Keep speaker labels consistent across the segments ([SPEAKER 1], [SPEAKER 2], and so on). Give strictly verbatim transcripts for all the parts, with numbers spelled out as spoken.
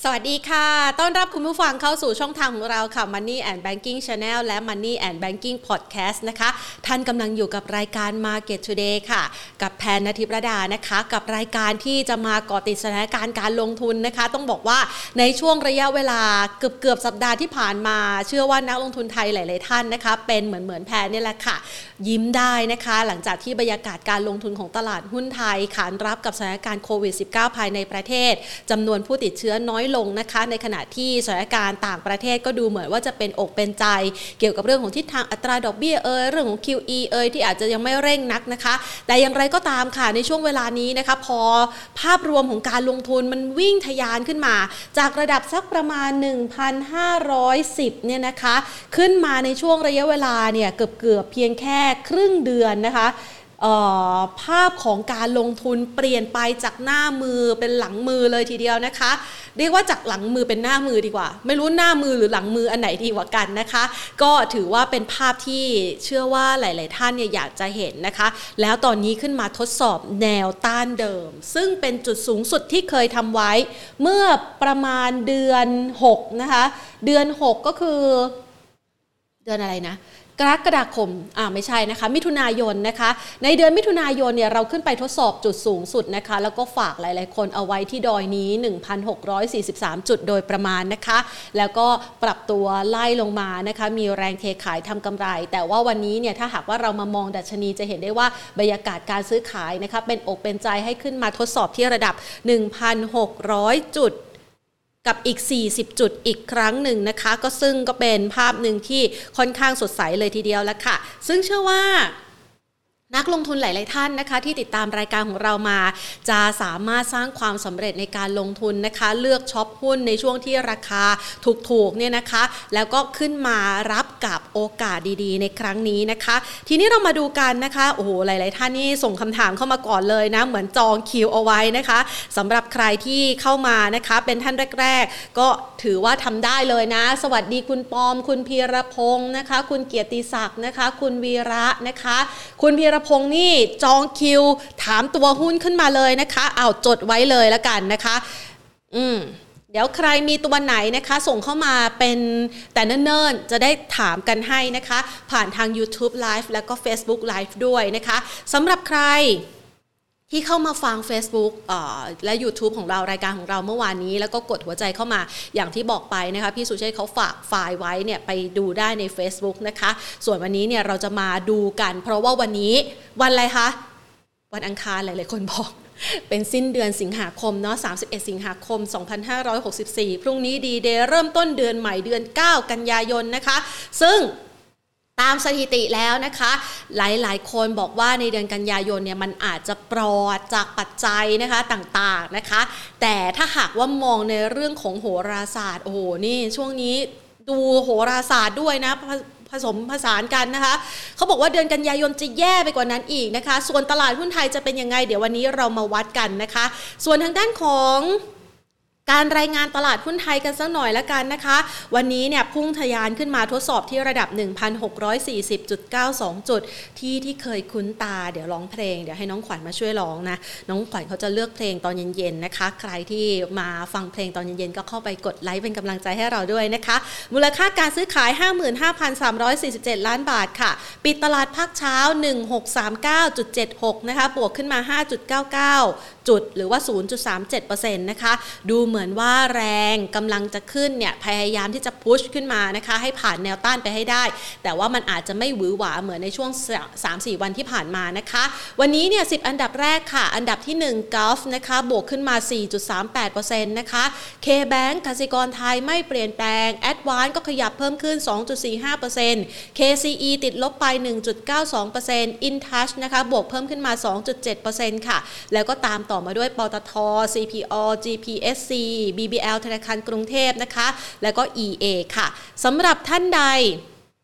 [SPEAKER 1] สวัสดีค่ะต้อนรับคุณผู้ฟังเข้าสู่ช่องทางของเราค่ะ Money and Banking Channel และ Money and Banking Podcast นะคะท่านกำลังอยู่กับรายการ Market Today ค่ะกับแพน ณทิพย์รดานะคะกับรายการที่จะมาเกาะติดสถานการณ์การลงทุนนะคะต้องบอกว่าในช่วงระยะเวลาเกือบเกือบสัปดาห์ที่ผ่านมาเชื่อว่านักลงทุนไทยหลายๆท่านนะคะเป็นเหมือนเหมือนแพนนี่แหละค่ะยิ้มได้นะคะหลังจากที่บรรยากาศการลงทุนของตลาดหุ้นไทยขานรับกับสถานการณ์โควิด สิบเก้า ภายในประเทศจำนวนผู้ติดเชื้อน้อยลงนะคะในขณะที่สถานการณ์ต่างประเทศก็ดูเหมือนว่าจะเป็นอกเป็นใจเกี่ยวกับเรื่องของทิศทางอัตราดอกเบี้ยเอ่ยเรื่องของ คิว อี เอ่ยที่อาจจะยังไม่เร่งนักนะคะแต่อย่างไรก็ตามค่ะในช่วงเวลานี้นะคะพอภาพรวมของการลงทุนมันวิ่งทะยานขึ้นมาจากระดับสักประมาณ หนึ่งพันห้าร้อยสิบ เนี่ยนะคะขึ้นมาในช่วงระยะเวลาเนี่ยเกือบๆเพียงแค่ครึ่งเดือนนะคะภาพของการลงทุนเปลี่ยนไปจากหน้ามือเป็นหลังมือเลยทีเดียวนะคะเรียกว่าจากหลังมือเป็นหน้ามือดีกว่าไม่รู้หน้ามือหรือหลังมืออันไหนดีกว่ากันนะคะก็ถือว่าเป็นภาพที่เชื่อว่าหลายๆท่านเนี่ยอยากจะเห็นนะคะแล้วตอนนี้ขึ้นมาทดสอบแนวต้านเดิมซึ่งเป็นจุดสูงสุดที่เคยทำไว้เมื่อประมาณเดือนหกนะคะเดือนหกก็คือเดือนอะไรนะกรกฎาคมอ่าไม่ใช่นะคะมิถุนายนนะคะในเดือนมิถุนายนเนี่ยเราขึ้นไปทดสอบจุดสูงสุดนะคะแล้วก็ฝากหลายๆคนเอาไว้ที่ดอยนี้ หนึ่งพันหกร้อยสี่สิบสาม จุดโดยประมาณนะคะแล้วก็ปรับตัวไล่ลงมานะคะมีแรงเทขายทำกำไรแต่ว่าวันนี้เนี่ยถ้าหากว่าเรามามองดัชนีจะเห็นได้ว่าบรรยากาศการซื้อขายนะคะเป็นอกเป็นใจให้ขึ้นมาทดสอบที่ระดับ หนึ่งพันหกร้อย จุดกับอีกสี่สิบจุดอีกครั้งหนึ่งนะคะก็ซึ่งก็เป็นภาพหนึ่งที่ค่อนข้างสดใสเลยทีเดียวแล้วค่ะซึ่งเชื่อว่านักลงทุนหลายๆท่านนะคะที่ติดตามรายการของเรามาจะสามารถสร้างความสำเร็จในการลงทุนนะคะเลือกช็อปหุ้นในช่วงที่ราคาถูกๆเนี่ยนะคะแล้วก็ขึ้นมารับกับโอกาสดีๆในครั้งนี้นะคะทีนี้เรามาดูกันนะคะโอ้โหหลายๆท่านนี่ส่งคำถามเข้ามาก่อนเลยนะเหมือนจองคิวเอาไว้นะคะสำหรับใครที่เข้ามานะคะเป็นท่านแรกๆก็ถือว่าทำได้เลยนะสวัสดีคุณปอมคุณพีรพงศ์นะคะคุณเกียรติศักดิ์นะคะคุณวีระนะคะคุณพีรพงศ์นี่จองคิวถามตัวหุ้นขึ้นมาเลยนะคะเอาจดไว้เลยละกันนะคะอืมเดี๋ยวใครมีตัวไหนนะคะส่งเข้ามาเป็นแต่เนิ่นๆจะได้ถามกันให้นะคะผ่านทาง YouTube Live แล้วก็ Facebook Live ด้วยนะคะสำหรับใครที่เข้ามาฟัง Facebook อ่าและ YouTube ของเรารายการของเราเมื่อวานนี้แล้วก็กดหัวใจเข้ามาอย่างที่บอกไปนะคะพี่สุเชษฐ์เขาฝากไฟล์ไว้เนี่ยไปดูได้ใน Facebook นะคะส่วนวันนี้เนี่ยเราจะมาดูกันเพราะว่าวันนี้วันอะไรคะวันอังคารหลายๆคนบอกเป็นสิ้นเดือนสิงหาคมเนาะสามสิบเอ็ดสิงหาคมสองพันห้าร้อยหกสิบสี่พรุ่งนี้ดีเดย์เริ่มต้นเดือนใหม่เดือนเก้ากันยายนนะคะซึ่งตามสถิติแล้วนะคะหลายๆคนบอกว่าในเดือนกันยายนเนี่ยมันอาจจะปลอดจากปัจจัยนะคะต่างๆนะคะแต่ถ้าหากว่ามองในเรื่องของโหราศาสตร์โอ้โหนี่ช่วงนี้ดูโหราศาสตร์ด้วยนะผสมผสานกันนะคะเขาบอกว่าเดือนกันยายนจะแย่ไปกว่านั้นอีกนะคะส่วนตลาดหุ้นไทยจะเป็นยังไงเดี๋ยววันนี้เรามาวัดกันนะคะส่วนทางด้านของการรายงานตลาดหุ้นไทยกันสักหน่อยละกันนะคะวันนี้เนี่ยพุ่งทะยานขึ้นมาทดสอบที่ระดับ หนึ่งพันหกร้อยสี่สิบจุดเก้าสอง จุดที่ที่เคยคุ้นตาเดี๋ยวร้องเพลงเดี๋ยวให้น้องขวัญมาช่วยร้องนะน้องขวัญเขาจะเลือกเพลงตอนเย็นๆนะคะใครที่มาฟังเพลงตอนเย็นๆก็เข้าไปกดไลค์เป็นกำลังใจให้เราด้วยนะคะมูลค่าการซื้อขาย ห้าหมื่นห้าพันสามร้อยสี่สิบเจ็ด ล้านบาทค่ะปิดตลาดภาคเช้า หนึ่งพันหกร้อยสามสิบเก้าจุดเจ็ดหก นะคะบวกขึ้นมา ห้าจุดเก้าเก้า จุดหรือว่า ศูนย์จุดสามเจ็ดเปอร์เซ็นต์ นะคะดูเหมือนว่าแรงกำลังจะขึ้นเนี่ยพยายามที่จะพุชขึ้นมานะคะให้ผ่านแนวต้านไปให้ได้แต่ว่ามันอาจจะไม่หวือหวาเหมือนในช่วง สามถึงสี่ วันที่ผ่านมานะคะวันนี้เนี่ยสิบอันดับแรกค่ะอันดับที่หนึ่ง Gulf นะคะบวกขึ้นมา สี่จุดสามแปดเปอร์เซ็นต์ นะคะ K-Bank กสิกรไทยไม่เปลี่ยนแปลง Advance ก็ขยับเพิ่มขึ้น สองจุดสี่ห้าเปอร์เซ็นต์ เค ซี อี ติดลบไป หนึ่งจุดเก้าสองเปอร์เซ็นต์ InTouch นะคะบวกเพิ่มขึ้นมา สองจุดเจ็ดเปอร์เซ็นต์ ค่ะแล้วก็ตามต่อมาด้วยปตท ซี พี โอ จี พี เอส ซี บี บี แอล ธนาคารกรุงเทพนะคะแล้วก็ อี เอ ค่ะสำหรับท่านใด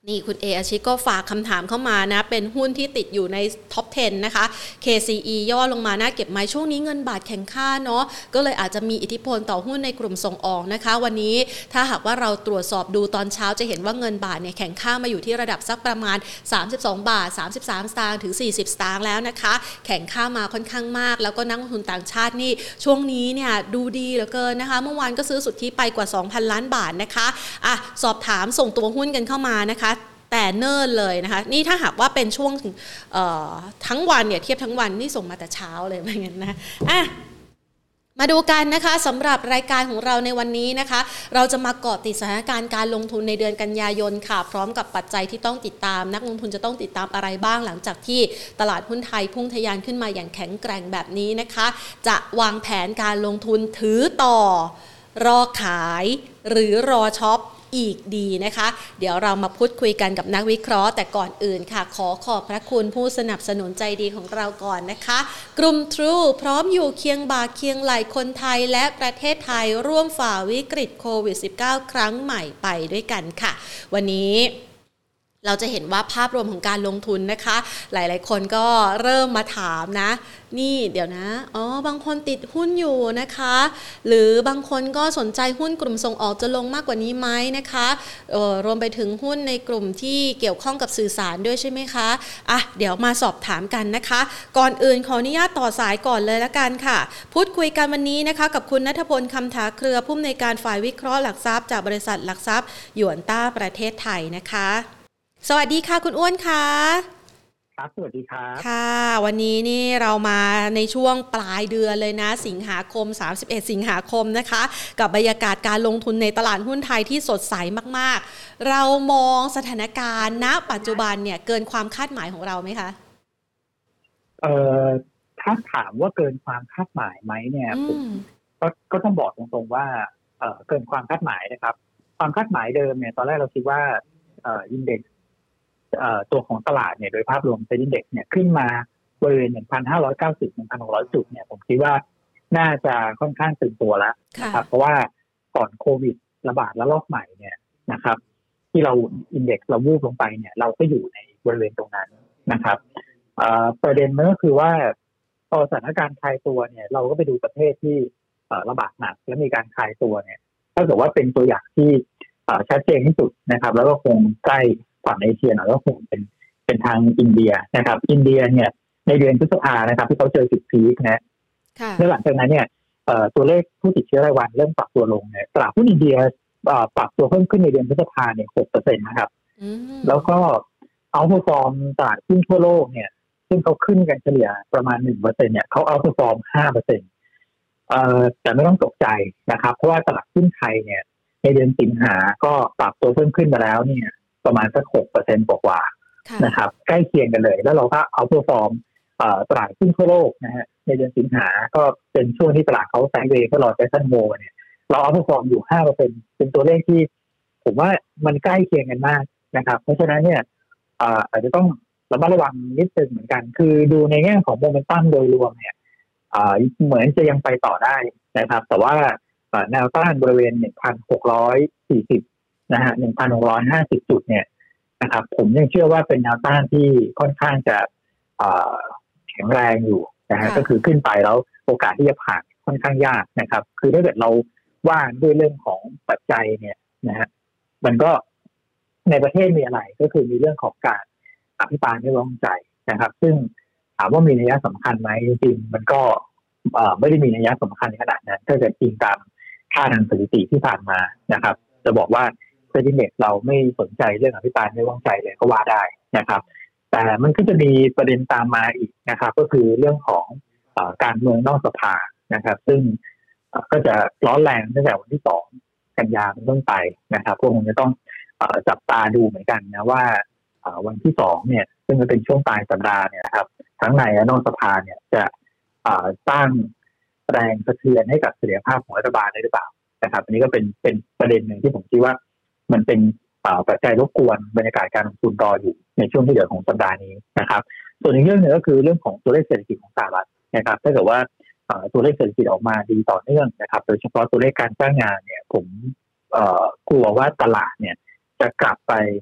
[SPEAKER 1] นี่คุณเออาชิก็ฝากคำถามเข้ามานะเป็นหุ้นที่ติดอยู่ในท็อปสิบนะคะ เค ซี อี ย่อลงมาน่าเก็บไหมช่วงนี้เงินบาทแข็งค่าเนาะก็เลยอาจจะมีอิทธิพลต่อหุ้นในกลุ่มส่งออกนะคะวันนี้ถ้าหากว่าเราตรวจสอบดูตอนเช้าจะเห็นว่าเงินบาทเนี่ยแข็งค่ามาอยู่ที่ระดับสักประมาณสามสิบสองบาทสามสิบสามสตางค์ถึงสี่สิบสตางค์แล้วนะคะแข็งค่ามาค่อนข้างมากแล้วก็นักลงทุนต่างชาตินี่ช่วงนี้เนี่ยดูดีเหลือเกินนะคะเมื่อวานก็ซื้อสุทธิไปกว่า สองพัน ล้านบาทนะคะอ่ะสอบถามส่งตัวหุ้นกันเข้ามานะคะแต่เนิ่นเลยนะคะนี่ถ้าหากว่าเป็นช่วงทั้งวันเนี่ยเทียบทั้งวันนี่ส่งมาแต่เช้าเลยไม่งั้นนะอ่ะมาดูกันนะคะสำหรับรายการของเราในวันนี้นะคะเราจะมาเกาะติดสถานการณ์การลงทุนในเดือนกันยายนค่ะพร้อมกับปัจจัยที่ต้องติดตามนักลงทุนจะต้องติดตามอะไรบ้างหลังจากที่ตลาดหุ้นไทยพุ่งทะยานขึ้นมาอย่างแข็งแกร่งแบบนี้นะคะจะวางแผนการลงทุนถือต่อรอขายหรือรอช็อปอีกดีนะคะเดี๋ยวเรามาพูดคุยกันกับนักวิเคราะห์แต่ก่อนอื่นค่ะขอขอบพระคุณผู้สนับสนุนใจดีของเราก่อนนะคะกลุ่ม True พร้อมอยู่เคียงบ่าเคียงไหล่คนไทยและประเทศไทยร่วมฝ่าวิกฤตโควิด สิบเก้า ครั้งใหม่ไปด้วยกันค่ะวันนี้เราจะเห็นว่าภาพรวมของการลงทุนนะคะหลายๆคนก็เริ่มมาถามนะนี่เดี๋ยวนะอ๋อบางคนติดหุ้นอยู่นะคะหรือบางคนก็สนใจหุ้นกลุ่มส่งออกจะลงมากกว่านี้ไหมนะคะเอ่อรวมไปถึงหุ้นในกลุ่มที่เกี่ยวข้องกับสื่อสารด้วยใช่ไหมคะอ่ะเดี๋ยวมาสอบถามกันนะคะก่อนอื่นขออนุญาตต่อสายก่อนเลยละกันค่ะพูดคุยกันวันนี้นะคะกับคุณณัฐพลคำถาเครือผู้อำนวยการฝ่ายวิเคราะห์หลักทรัพย์จากบริษัทหลักทรัพย์หยวนต้าประเทศไทยนะคะสวัสดีค่ะคุณอ้วนค่ะ
[SPEAKER 2] ครับสวัสดีครับ
[SPEAKER 1] ค่ะวันนี้นี่เรามาในช่วงปลายเดือนเลยนะสิงหาคมสามสิบเอ็ดสิงหาคมนะคะกับบรรยากาศการลงทุนในตลาดหุ้นไทยที่สดใสมากๆเรามองสถานการณ์ณปัจจุบันเนี่ยเกินความคาดหมายของเราไหมคะ
[SPEAKER 2] เอ่อถ้าถามว่าเกินความคาดหมายไหมเนี่ยผมก็ก็ต้องบอกตรงๆว่าเอ่อเกินความคาดหมายนะครับความคาดหมายเดิมเนี่ยตอนแรกเราคิดว่าเอ่ออินเด็กซ์ตัวของตลาดเนี่ยโดยภาพรวมเซ็นดี เอ็กซ์เนี่ยขึ้นมาบริเวณ หนึ่งพันห้าร้อยเก้าสิบ หนึ่งพันหกร้อย จุดเนี่ยผมคิดว่าน่าจะค่อนข้างตึงตัวแล้วนะครับเพราะว่าก่อนโควิดระบาดระลอกใหม่เนี่ยนะครับที่เราอินเด็กซ์เราวูบลงไปเนี่ยเราก็อยู่ในบริเวณตรงนั้นนะครับประเด็นมันก็คือว่าพอสถานการณ์คลายตัวเนี่ยเราก็ไปดูประเทศที่ระบาดหนักและมีการคลายตัวเนี่ยถ้าเกิดว่าเป็นตัวอย่างที่ชัดเจนที่สุดนะครับแล้วก็คงใกล้ฝั่งเอเชียหน่อยก็คงเป็นเป็นทางอินเดียนะครับอินเดียเนี่ยในเดือนพฤษภานะครับที่เขาเจอจุดพีคนะแล้วหลังจากนั้นเนี่ยตัวเลขผู้ติดเชื้อรายวันเริ่มปรับตัวลงเนี่ยตลาดหุ้นอินเดียปรับตัวเพิ่มขึ้นในเดือนพฤษภาเนี่ย หกเปอร์เซ็นต์ นะครับแล้วก็เอาท์เพอร์ฟอร์มตลาดหุ้นทั่วโลกเนี่ยซึ่งเขาขึ้นกันเฉลี่ยประมาณ หนึ่งเปอร์เซ็นต์ เนี่ยเขาเอาท์เพอร์ฟอร์ม ห้าเปอร์เซ็นต์ เอ่อแต่ไม่ต้องตกใจนะครับเพราะว่าตลาดหุ้นไทยเนี่ยในเดือนสิงหาก็ปรับตัวเพิ่มขึ้นมาแล้วเนี่ยประมาณสัก หกเปอร์เซ็นต์ กว่าๆนะครับใกล้เคียงกันเลยแล้วเราก็เอาท์เพอร์ฟอร์มตลาดหุ้นทั่วโลกนะฮะในเดือนสิงหาก็เป็นช่วงที่ตลาดเขาไซด์เวย์ก็รอเจสันโวเนี่ยเราเอาท์เพอร์ฟอร์มอยู่ ห้าเปอร์เซ็นต์ เป็นตัวเลขที่ผมว่ามันใกล้เคียงกันมากนะครับเพราะฉะนั้นเนี่ยอาจจะต้องระมัดระวังนิดนึงเหมือนกันคือดูในแง่ของโมเมนตัมโดยรวมเนี่ยเหมือนจะยังไปต่อได้นะครับแต่ว่าแนวต้านบริเวณ หนึ่งพันหกร้อยสี่สิบ นะฮะ หนึ่งพันหกร้อยห้าสิบ จุดเนี่ยนะครับผมยังเชื่อว่าเป็นแนวต้านที่ค่อนข้างจะแข็งแรงอยู่นะฮะก็คือขึ้นไปแล้วโอกาสที่จะผ่านค่อนข้างยากนะครับคือถ้าเกิดเราว่าด้วยเรื่องของปัจจัยเนี่ยนะฮะมันก็ในประเทศมีอะไรก็คือมีเรื่องของการอภิปรายไม่ไว้วางใจนะครับซึ่งถามว่ามีนัยสำคัญไหมจริงๆมันก็ไม่ได้มีนัยสำคัญขนาดนั้นถ้าเกิดจริงตามค่าทางสถิติที่ผ่านมานะครับจะบอกว่าเซ็นดิเมนต์เราไม่สนใจเรื่องอภิปรายไม่ไว้วางใจเลยก็ว่าได้นะครับแต่มันก็จะมีประเด็นตามมาอีกนะครับก็คือเรื่องของเอ่อการเมืองนอกสภานะครับซึ่งก็จะร้อนแรงตั้งแต่วันที่สองกันยายนเป็นต้นไปนะครับพวกมันจะต้องเอ่อจับตาดูเหมือนกันนะว่าวันที่สองเนี่ยซึ่งจะเป็นช่วงปลายสัปดาห์เนี่ยนะครับทั้งในและนอกสภาเนี่ยจะสร้างแรงสะเทือนให้กับเสถียรภาพของรัฐบาลได้หรือเปล่านะครับอันนี้ก็เป็นเป็นประเด็นหนึ่งที่ผมคิดว่ามันเป็นปัจจัยรบกวนบรรยากาศการลงทุนรออยู่ในช่วงที่เหลือของสัปดาห์นี้นะครับส่วนอีกเรื่องหนึ่งก็คือเรื่องของตัวเลขเศรษฐกิจของสหรัฐนะครับถ้าเกิดว่าตัวเลขเศรษฐกิจออกมาดีต่อเนื่องนะครับโดยเฉพาะตัวเลขการจ้างงานเนี่ยผมกลัวว่าตลาดเนี่ยจะกลับไป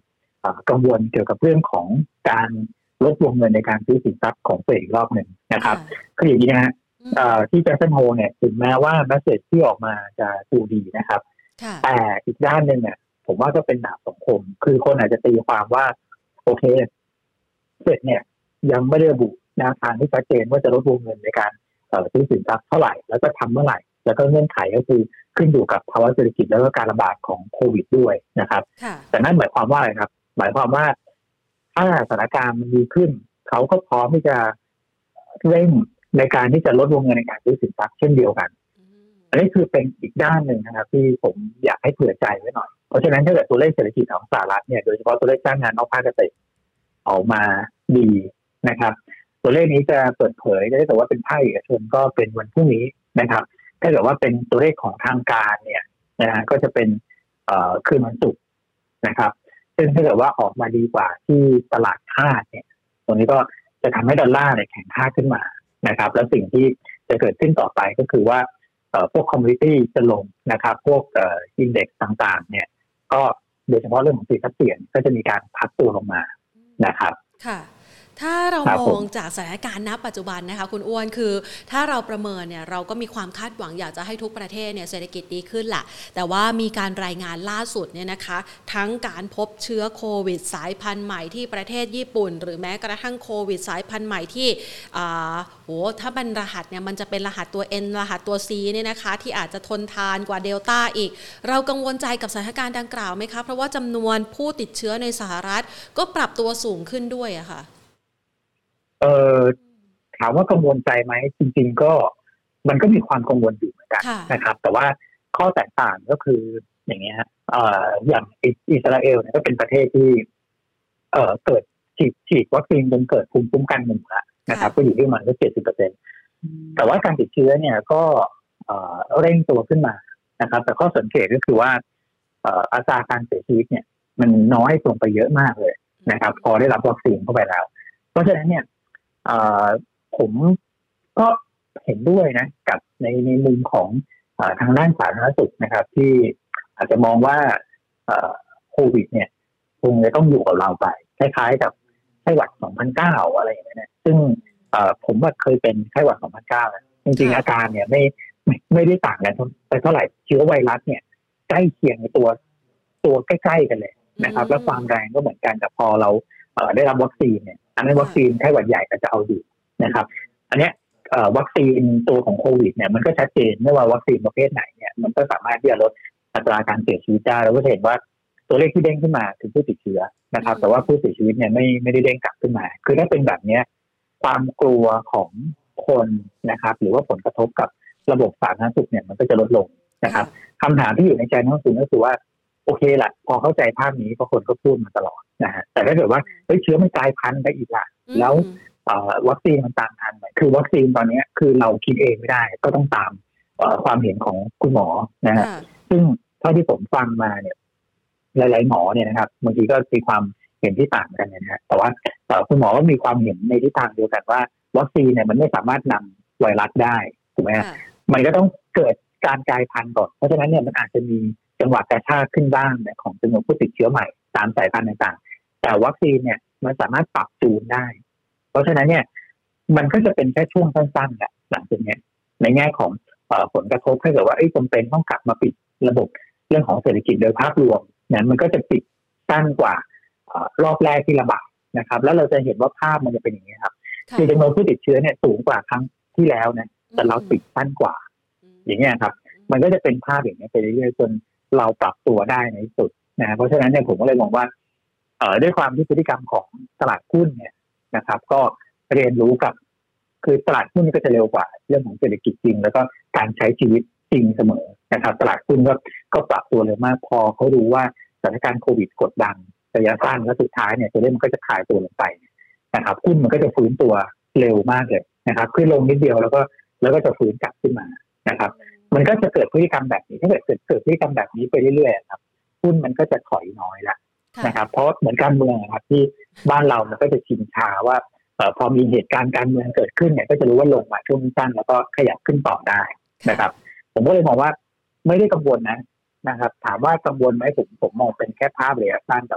[SPEAKER 2] กังวลเกี่ยวกับเรื่องของการลดวงเงินในการซื้อสินทรัพย์ของตัวเองรอบหนึ่งนะครับก็อย่างนี้นะฮะที่แจ็คสันโฮเนี่ยถึงแม้ว่าเมสเสจที่ออกมาจะดูดีนะครับแต่อีกด้านหนึ่งเนี่ยผมว่าก็เป็นดาบสองคมคือคนอาจจะตีความว่าโอเคเฟดเนี่ยยังไม่ได้ระบุแนวทางที่ชัดเจนว่าจะลดวงเงินในการซื้อสินทรัพย์เท่าไหร่แล้วก็ทำเมื่อไหร่แล้วก็เงื่อนไขก็คือขึ้นอยู่กับภาวะเศรษฐกิจแล้วก็การระบาดของโควิดด้วยนะครับแต่นั่นหมายความว่าอะไรครับหมายความว่าถ้าสถานการณ์มันดีขึ้นเขาก็พร้อมที่จะเร่งในการที่จะลดวงเงินในการซื้อสินทรัพย์เช่นเดียวกันอันนี้คือเป็นอีกด้านหนึ่งนะครับที่ผมอยากให้เผื่อใจไว้หน่อยเพราะฉะนั้นถ้าเกิดตัวเลขเศรษฐกิจของสหรัฐเนี่ยโดยเฉพาะตัวเลขจ้างงานนอกภาคเกษตรออกมาดีนะครับตัวเลขนี้จะเปิดเผยได้แต่ว่าเป็นภาคเอกชนก็เป็นวันพรุ่งนี้นะครับถ้าเกิดว่าเป็นตัวเลขของทางการเนี่ยนะฮะก็จะเป็นเอ่อคืนวันศุกร์นะครับซึ่งถ้าเกิดว่าออกมาดีกว่าที่ตลาดคาดเนี่ยตรงนี้ก็จะทำให้ดอลลาร์เนี่ยแข็งค่าขึ้นมานะครับแล้วสิ่งที่จะเกิดขึ้นต่อไปก็คือว่าเอ่อพวกคอมมูนิตี้จะลงนะครับพวกเอ่ออินเด็กซ์ต่างๆเนี่ยก็โดยเฉพาะเรื่องของสินทรัพย์เสี่ยงก็จะมีการพักตัวลงมานะครับ
[SPEAKER 1] ค่ะถ้าเรามองจากสถานการณ์ณปัจจุบันนะคะคุณอ้วนคือถ้าเราประเมินเนี่ยเราก็มีความคาดหวังอยากจะให้ทุกประเทศเนี่ยเศรษฐกิจดีขึ้นแหละแต่ว่ามีการรายงานล่าสุดเนี่ยนะคะทั้งการพบเชื้อโควิดสายพันธุ์ใหม่ที่ประเทศญี่ปุ่นหรือแม้กระทั่งโควิดสายพันธุ์ใหม่ที่อ่าโหถ้าเป็นรหัสเนี่ยมันจะเป็นรหัสตัว N รหัสตัว C เนี่ยนะคะที่อาจจะทนทานกว่าเดลต้าอีกเรากังวลใจกับสถานการณ์ดังกล่าวไหมคะเพราะว่าจำนวนผู้ติดเชื้อในสหรัฐก็ปรับตัวสูงขึ้นด้วยอะค่ะ
[SPEAKER 2] เออถามว่ากังวลใจไหมจริงๆก็มันก็มีความกังวลอยู่เหมือนกันนะครับแต่ว่าข้อแตกต่างก็คืออย่างเงี้ยเอ่ออย่างอิสราเอลเนี่ยก็เป็นประเทศที่เอ่อเกิดฉีดฉีดวัคซีนจนเกิดภูมิคุ้มกันหมู่แล้วนะครับก็อยู่ที่ประมาณสัก เจ็ดสิบเปอร์เซ็นต์ แต่ว่าการติดเชื้อเนี่ยก็เอ่อเร่งตัวขึ้นมานะครับแต่ข้อสังเกตก็คือว่าเอ่ออัตราการเสียชีวิตเนี่ยมันน้อยลงไปเยอะมากเลยนะครับพอได้รับวัคซีนเข้าไปแล้วเพราะฉะนั้นเนี่ยผมก็เห็นด้วยนะกับในในมุมของทางด้านสาธารณสุขนะครับที่อาจจะมองว่าโควิดเนี่ยคงจะต้องอยู่กับเราไปคล้ายๆกับไข้หวัดสองพันเก้าอะไรอย่างเงี้ยนะซึ่งผมว่าเคยเป็นไข้หวัดสองพันเก้านะจริงๆอาการเนี่ยไม่ไม่ไม่ได้ต่างกันไปเท่าไหร่เชื้อไวรัสเนี่ยใกล้เคียงในตัวตัวใกล้ๆกันเลยนะครับแล้วความแรงก็เหมือนกันแต่พอเราได้รับวัคซีนเนี่ยอันนั้นวัคซีนไข้หวัดใหญ่ก็จะเอาอยู่นะครับอันนี้วัคซีนตัวของโควิดเนี่ยมันก็ชัดเจนไม่ว่าวัคซีนประเภทไหนเนี่ยมันก็สามารถที่จะลดอัตราการเสียชีวิตได้เราก็เห็นว่าตัวเลขที่เด้งขึ้นมาคือผู้ติดเชื้อนะครับแต่ว่าผู้เสียชีวิตเนี่ยไม่ไม่ได้เด้งกลับขึ้นมาคือถ้าเป็นแบบนี้ความกลัวของคนนะครับหรือว่าผลกระทบกับระบบสาธารณสุขเนี่ยมันก็จะลดลงนะครับคำถามที่อยู่ในใจนักลงทุนก็คือว่าโอเคแหละพอเข้าใจภาพนี้เพราะคนก็พูดมาตลอดนะฮะแต่ถ้าเกิดว่าเฮ้ยเชื้อมันกลายพันธุ์ไปอีกละแล้ววัคซีนมันตามทันไหมคือวัคซีนตอนนี้คือเราคิดเองไม่ได้ก็ต้องตามความเห็นของคุณหมอนะฮะซึ่งเท่าที่ผมฟังมาเนี่ยหลายๆหมอเนี่ยนะครับบางทีก็มีความเห็นที่ต่างกันนะฮะแต่ว่าคุณหมอก็มีความเห็นในทิศทางเดียวกันว่าวัคซีนเนี่ยมันไม่สามารถนำไวรัสได้ถูกไหมฮะมันก็ต้องเกิดการกลายพันธุ์ก่อนเพราะฉะนั้นเนี่ยมันอาจจะมีจังหวะกระชากขึ้นบ้างเนี่ยของจำนวนผู้ติดเชื้อใหม่ตามสายพันธุ์ต่างๆแต่วัคซีนเนี่ยมันสามารถปรับจูนได้เพราะฉะนั้นเนี่ยมันก็จะเป็นแค่ช่วงสั้นๆแหละหลังจากนี้ในแง่ของผลกระทบถ้าเกิดว่าจำเป็นต้องกลับมาปิดระบบเรื่องของเศรษฐกิจโดยภาพรวมนั้นมันก็จะปิดสั้นกว่ารอบแรกที่ระบาดนะครับแล้วเราจะเห็นว่าภาพมันจะเป็นอย่างนี้ครับคือจำนวนผู้ติดเชื้อเนี่ยสูงกว่าครั้งที่แล้วนะแต่เราปิดสั้นกว่าอย่างเงี้ยครับมันก็จะเป็นภาพอย่างนี้ไปเรื่อยๆจนเราปรับตัวได้ในที่สุดนะเพราะฉะนั้นเนี่ยผมก็เลยมองว่าเอ่อด้วยความที่พฤติกรรมของตลาดหุ้นเนี่ยนะครับก็เรียนรู้กับคือตลาดหุ้นก็จะเร็วกว่าเรื่องของเศรษฐกิจจริงแล้วก็การใช้ชีวิตจริงเสมอนะครับตลาดหุ้นก็ก็ปรับตัวเร็วมากพอเขารู้ว่าสถานการณ์โควิดกดดันระยะสั้นและสุดท้ายเนี่ยตัวเลขมันก็จะคลายตัวลงไปนะครับหุ้นมันก็จะฟื้นตัวเร็วมากเลยนะครับขึ้นลงนิดเดียวแล้วก็แล้วก็จะฟื้นกลับขึ้นมานะครับมันก็จะเกิดพฤติกรรมแบบนี้ถ้าเกิดเกิดเกิดพฤติกรรมแบบนี้ไปเรื่อยๆครับหุ้นมันก็จะถอยน้อยละนะครับเพราะเหมือนการเมืองครับที่บ้านเรามันก็จะชินชาว่าเอ่อพอมีเหตุการณ์การเมืองเกิดขึ้นเนี่ยก็จะรู้ว่าลงมาช่วงสั้นแล้วก็ขยับขึ้นต่อได้นะครับผมก็เลยมองว่าไม่ได้กังวลนะนะครับถามว่ากังวลไหมผมผมมองเป็นแค่ภาพระยะสั้นแต่ว่า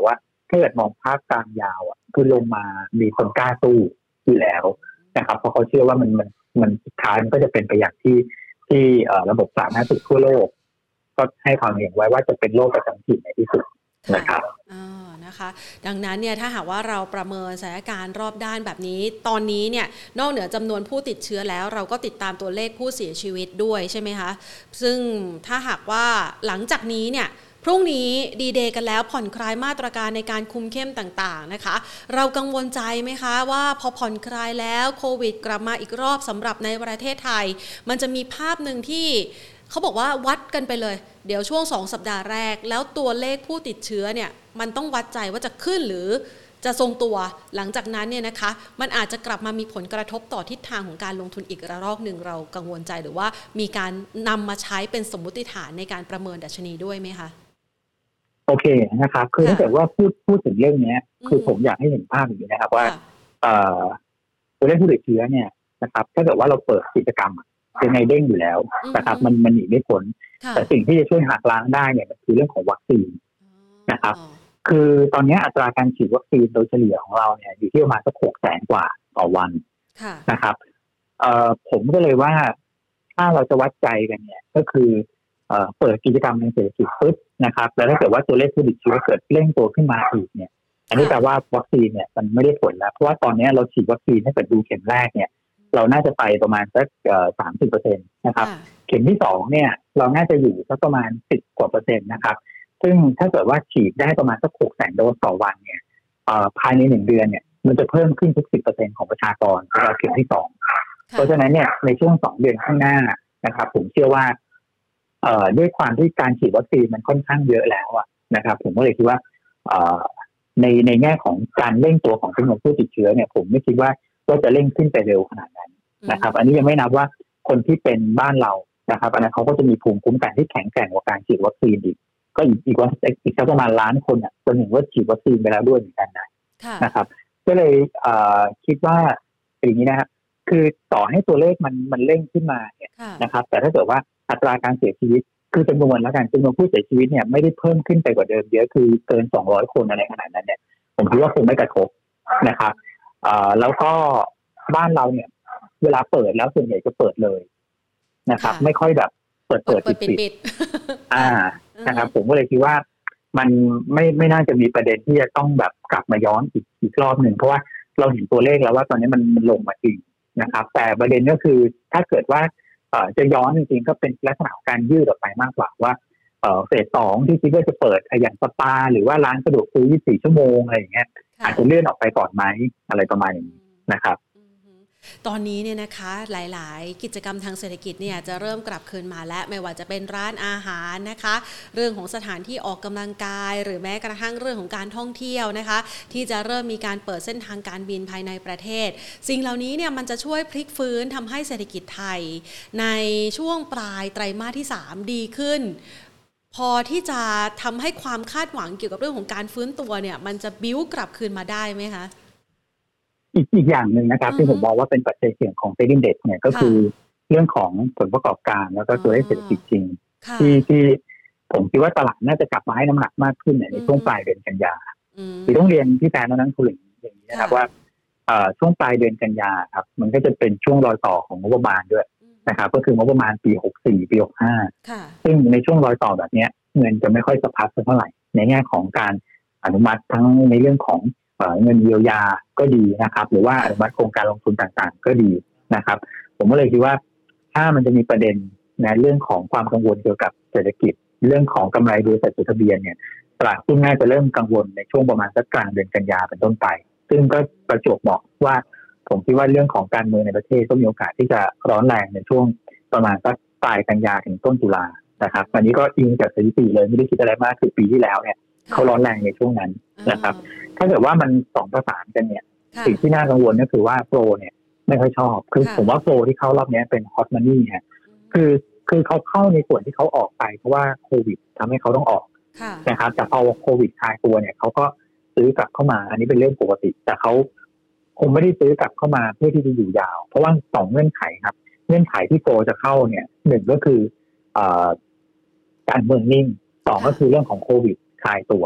[SPEAKER 2] ถ้าเกิดมองภาพกลางยาวอ่ะคือลงมามีคนกล้าสู้อยู่แล้วนะครับเพราะเขาเชื่อว่ามันมันมันสุดท้ายมันก็จะเป็นไปอย่างที่ที่ระบบสาธารณสุขทั่วโลกก็ให้ความเห็นไว้ว่าจะเป็นโรคประจำถิ่นในที่สุดนะครับ
[SPEAKER 1] อ่านะคะดังนั้นเนี่ยถ้าหากว่าเราประเมินสถานการณ์รอบด้านแบบนี้ตอนนี้เนี่ยนอกเหนือจำนวนผู้ติดเชื้อแล้วเราก็ติดตามตัวเลขผู้เสียชีวิตด้วยใช่ไหมคะซึ่งถ้าหากว่าหลังจากนี้เนี่ยพรุ่งนี้ดีเดย์กันแล้วผ่อนคลายมาตรการในการคุมเข้มต่างๆนะคะเรากังวลใจไหมคะว่าพอผ่อนคลายแล้วโควิดกลับมาอีกรอบสำหรับในประเทศไทยมันจะมีภาพหนึ่งที่เขาบอกว่าวัดกันไปเลยเดี๋ยวช่วงสองสัปดาห์แรกแล้วตัวเลขผู้ติดเชื้อเนี่ยมันต้องวัดใจว่าจะขึ้นหรือจะทรงตัวหลังจากนั้นเนี่ยนะคะมันอาจจะกลับมามีผลกระทบต่อทิศทางของการลงทุนอีกระลอกหนึ่งเรากังวลใจหรือว่ามีการนำมาใช้เป็นสมมุติฐานในการประเมินดัชนีด้วยไหมคะ
[SPEAKER 2] โอเคนะครับคือถ้าเกิดว่าพูดพูดถึงเรื่องนี้คือผมอยากให้เห็นภาพอย่างนี้นะครับว่าตัวเลขผู้ติดเชื้อเนี่ยนะครับถ้าเกิดว่าเราเปิดกิจกรรมยังไงเด้งอยู่แล้วนะครับมันมันหนีไม่พ้นแต่สิ่งที่จะช่วยหักล้างได้เนี่ยมันคือเรื่องของวัคซีนนะครับคือตอนนี้อัตราการฉีดวัคซีนโดยเฉลี่ยของเราเนี่ยอยู่ที่ประมาณสักหกแสนกว่าต่อวันนะครับเอ่อผมก็เลยว่าถ้าเราจะวัดใจกันเนี่ยก็คือเอ่อเปิดกิจกรรมทางเศรษฐกิจปุ๊บนะครับแล้วถ้าเกิดว่าตัวเลขผู้ติดเชื้อเกิดเร่งตัวขึ้นมาอีกเนี่ยอันนี้แปลว่าวัคซีนเนี่ยมันไม่ได้ผลแล้วเพราะว่าตอนนี้เราฉีดวัคซีนให้เกิดดูเข็มแรกเนี่ยเราน่าจะไปประมาณสักเอ่อ สามสิบเปอร์เซ็นต์ นะครับเข็มที่สองเนี่ยเราน่าจะอยู่สักประมาณสิบกว่าเปอร์เซ็นต์นะครับซึ่งถ้าเกิดว่าฉีดได้ประมาณสักหกแสนโดสต่อวันเนี่ยเอ่อภายในหนึ่งเดือนเนี่ยมันจะเพิ่มขึ้นทุก สิบเปอร์เซ็นต์ ของประชากรสำหรับเข็มที่สองเพราะฉะนั้นเนี่ยในช่วงสองเดือนข้างหน้านะครับผมเชื่อว่าเอ่อด้วยความที่การฉีดวัคซีนมันค่อนข้างเยอะแล้วอ่ะนะครับผมก็เลยคิดว่าเอ่อในในแง่ของการเร่งตัวของจำนวนผู้ติดเชื้อเนี่ยผมไม่คิดว่าว่าจะเร่งขึ้นไปเร็วขนาดนั้นนะครับอันนี้ยังไม่นับว่าคนที่เป็นบ้านเรานะครับอันนั้นเขาก็จะมีภูมิคุ้มกันที่แข็งแกร่งกว่าการฉีดวัคซีนอีกก็อีกอีกว่าอีกสักประมาณล้านคนอ่ะคนหนึ่งว่าฉีดวัคซีนไปแล้วด้วยเหมือนกันนะนะครับก็เลยเอ่อคิดว่าอย่างนี้นะครับคือต่อให้ตัวเลขมันมันเร่งขึ้นมาเนี่ยนะครับแต่ถ้าเกิดว่าอัตราการเสียชีวิตคือจำนวนแล้วกันจำนวนผู้เสียชีวิตเนี่ยไม่ได้เพิ่มขึ้นไปกว่าเดิมเยอะคือเกินสองร้อยคนอะไรขนาดนั้นเนี่ยผมคิดว่าคงไม่กระทบนะครับเอ่อแล้วก็บ้านเราเนี่ยเวลาเปิดแล้วส่วนใหญ่จะเปิดเลยนะครับไม่ค่อยแบบเปิดเปิดปิดปิดอ่านะครับผมก็เลยคิดว่ามันไม่ไม่น่าจะมีประเด็นที่จะต้องแบบกลับมาย้อนอีกอีกรอบหนึ่งเพราะว่าเราเห็นตัวเลขแล้วว่าตอนนี้มันมันลงมาจริงนะครับแต่ประเด็นก็คือถ้าเกิดว่าเอ่อจะย้อนจริงๆก็เป็นลักษณะของการยืดออกไปมากกว่าว่าเอ่อเฟสสองที่คิดว่าจะเปิดอย่างสปาหรือว่าร้านสะดวกซื้อยี่สิบสี่ชั่วโมงอะไรอย่างเงี้ยอาจจะเลื่อนออกไปก่อนไหมอะไรประมาณนี้นะครับ
[SPEAKER 1] ตอนนี้เนี่ยนะคะหลายๆกิจกรรมทางเศรษฐกิจเนี่ยจะเริ่มกลับคืนมาและไม่ว่าจะเป็นร้านอาหารนะคะเรื่องของสถานที่ออกกำลังกายหรือแม้กระทั่งเรื่องของการท่องเที่ยวนะคะที่จะเริ่มมีการเปิดเส้นทางการบินภายในประเทศสิ่งเหล่านี้เนี่ยมันจะช่วยพลิกฟื้นทำให้เศรษฐกิจไทยในช่วงปลายไตรมาสที่สามดีขึ้นพอที่จะทำให้ความคาดหวังเกี่ยวกับเรื่องของการฟื้นตัวเนี่ยมันจะบิ้วกลับคืนมาได้ไหมคะ
[SPEAKER 2] อีกอีกอย่างหนึ่งนะครับที่ผมมองว่าเป็นปัจจัยเสี่ยงของ Trading Desk เนี่ยก็คือเรื่องของผลประกอบการแล้วก็ตัวเลขเศรษฐกิจจริงที่ที่ผมคิดว่าตลาดน่าจะกลับมาให้น้ำหนักมากขึ้นในช่วงปลายเดือนกันยาที่ต้องเรียนที่แฟนนักลงทุนอย่างนี้นะครับว่าช่วงปลายเดือนกันยาครับมันก็จะเป็นช่วงรอยต่อของงบประมาณด้วยนะครับก็คืองบประมาณปีหกสิบสี่ปีหกสิบห้าซึ่งในช่วงรอยต่อแบบนี้เงินจะไม่ค่อยสะพัดเท่าไหร่ในแง่ของการอนุมัติทั้งในเรื่องของเงินเยียวยาก็ดีนะครับหรือว่าอนุมัติโครงการลงทุนต่างๆก็ดีนะครับผมก็เลยคิดว่าถ้ามันจะมีประเด็นในเรื่องของความกังวลเกี่ยวกับเศรษฐกิจเรื่องของกำไรบริษัทจดทะเบียนเนี่ยตลาดหุ้นน่าจะเริ่มกังวลในช่วงประมาณสักกลางเดือนกันยาเป็นต้นไปซึ่งก็ประจวบเหมาะว่าผมคิดว่าเรื่องของการเมืองในประเทศก็มีโอกาสที่จะร้อนแรงในช่วงประมาณสักปลายกันยาถึงต้นตุลานะครับอันนี้ก็อิงจากสถิติเลยไม่ได้คิดอะไรมากคือปีที่แล้วเนี่ยเขาร้อนแรงในช่วงนั้นนะครับถ้าเกิดว่ามันสองประสานกันเนี่ยสิ่งที่น่ากังวลก็คือว่าโฟลเนี่ยไม่ค่อยชอบคือผมว่าโฟลที่เข้ารอบนี้เป็นฮอตมันนี่ฮะคือคือเขาเข้าในส่วนที่เขาออกไปเพราะว่าโควิดทำให้เขาต้องออกนะครับแต่พอโควิดคลายตัวเนี่ยเขาก็ซื้อกลับเข้ามาอันนี้เป็นเรื่องปกติแต่เขาคงไม่ได้ซื้อกลับเข้ามาเพื่อที่จะอยู่ยาวเพราะว่าสองเงื่อนไขครับเงื่อนไขที่โฟลจะเข้าเนี่ยหนึ่งก็คือการเมืองนิ่งสองก็คือเรื่องของโควิดคลายตัว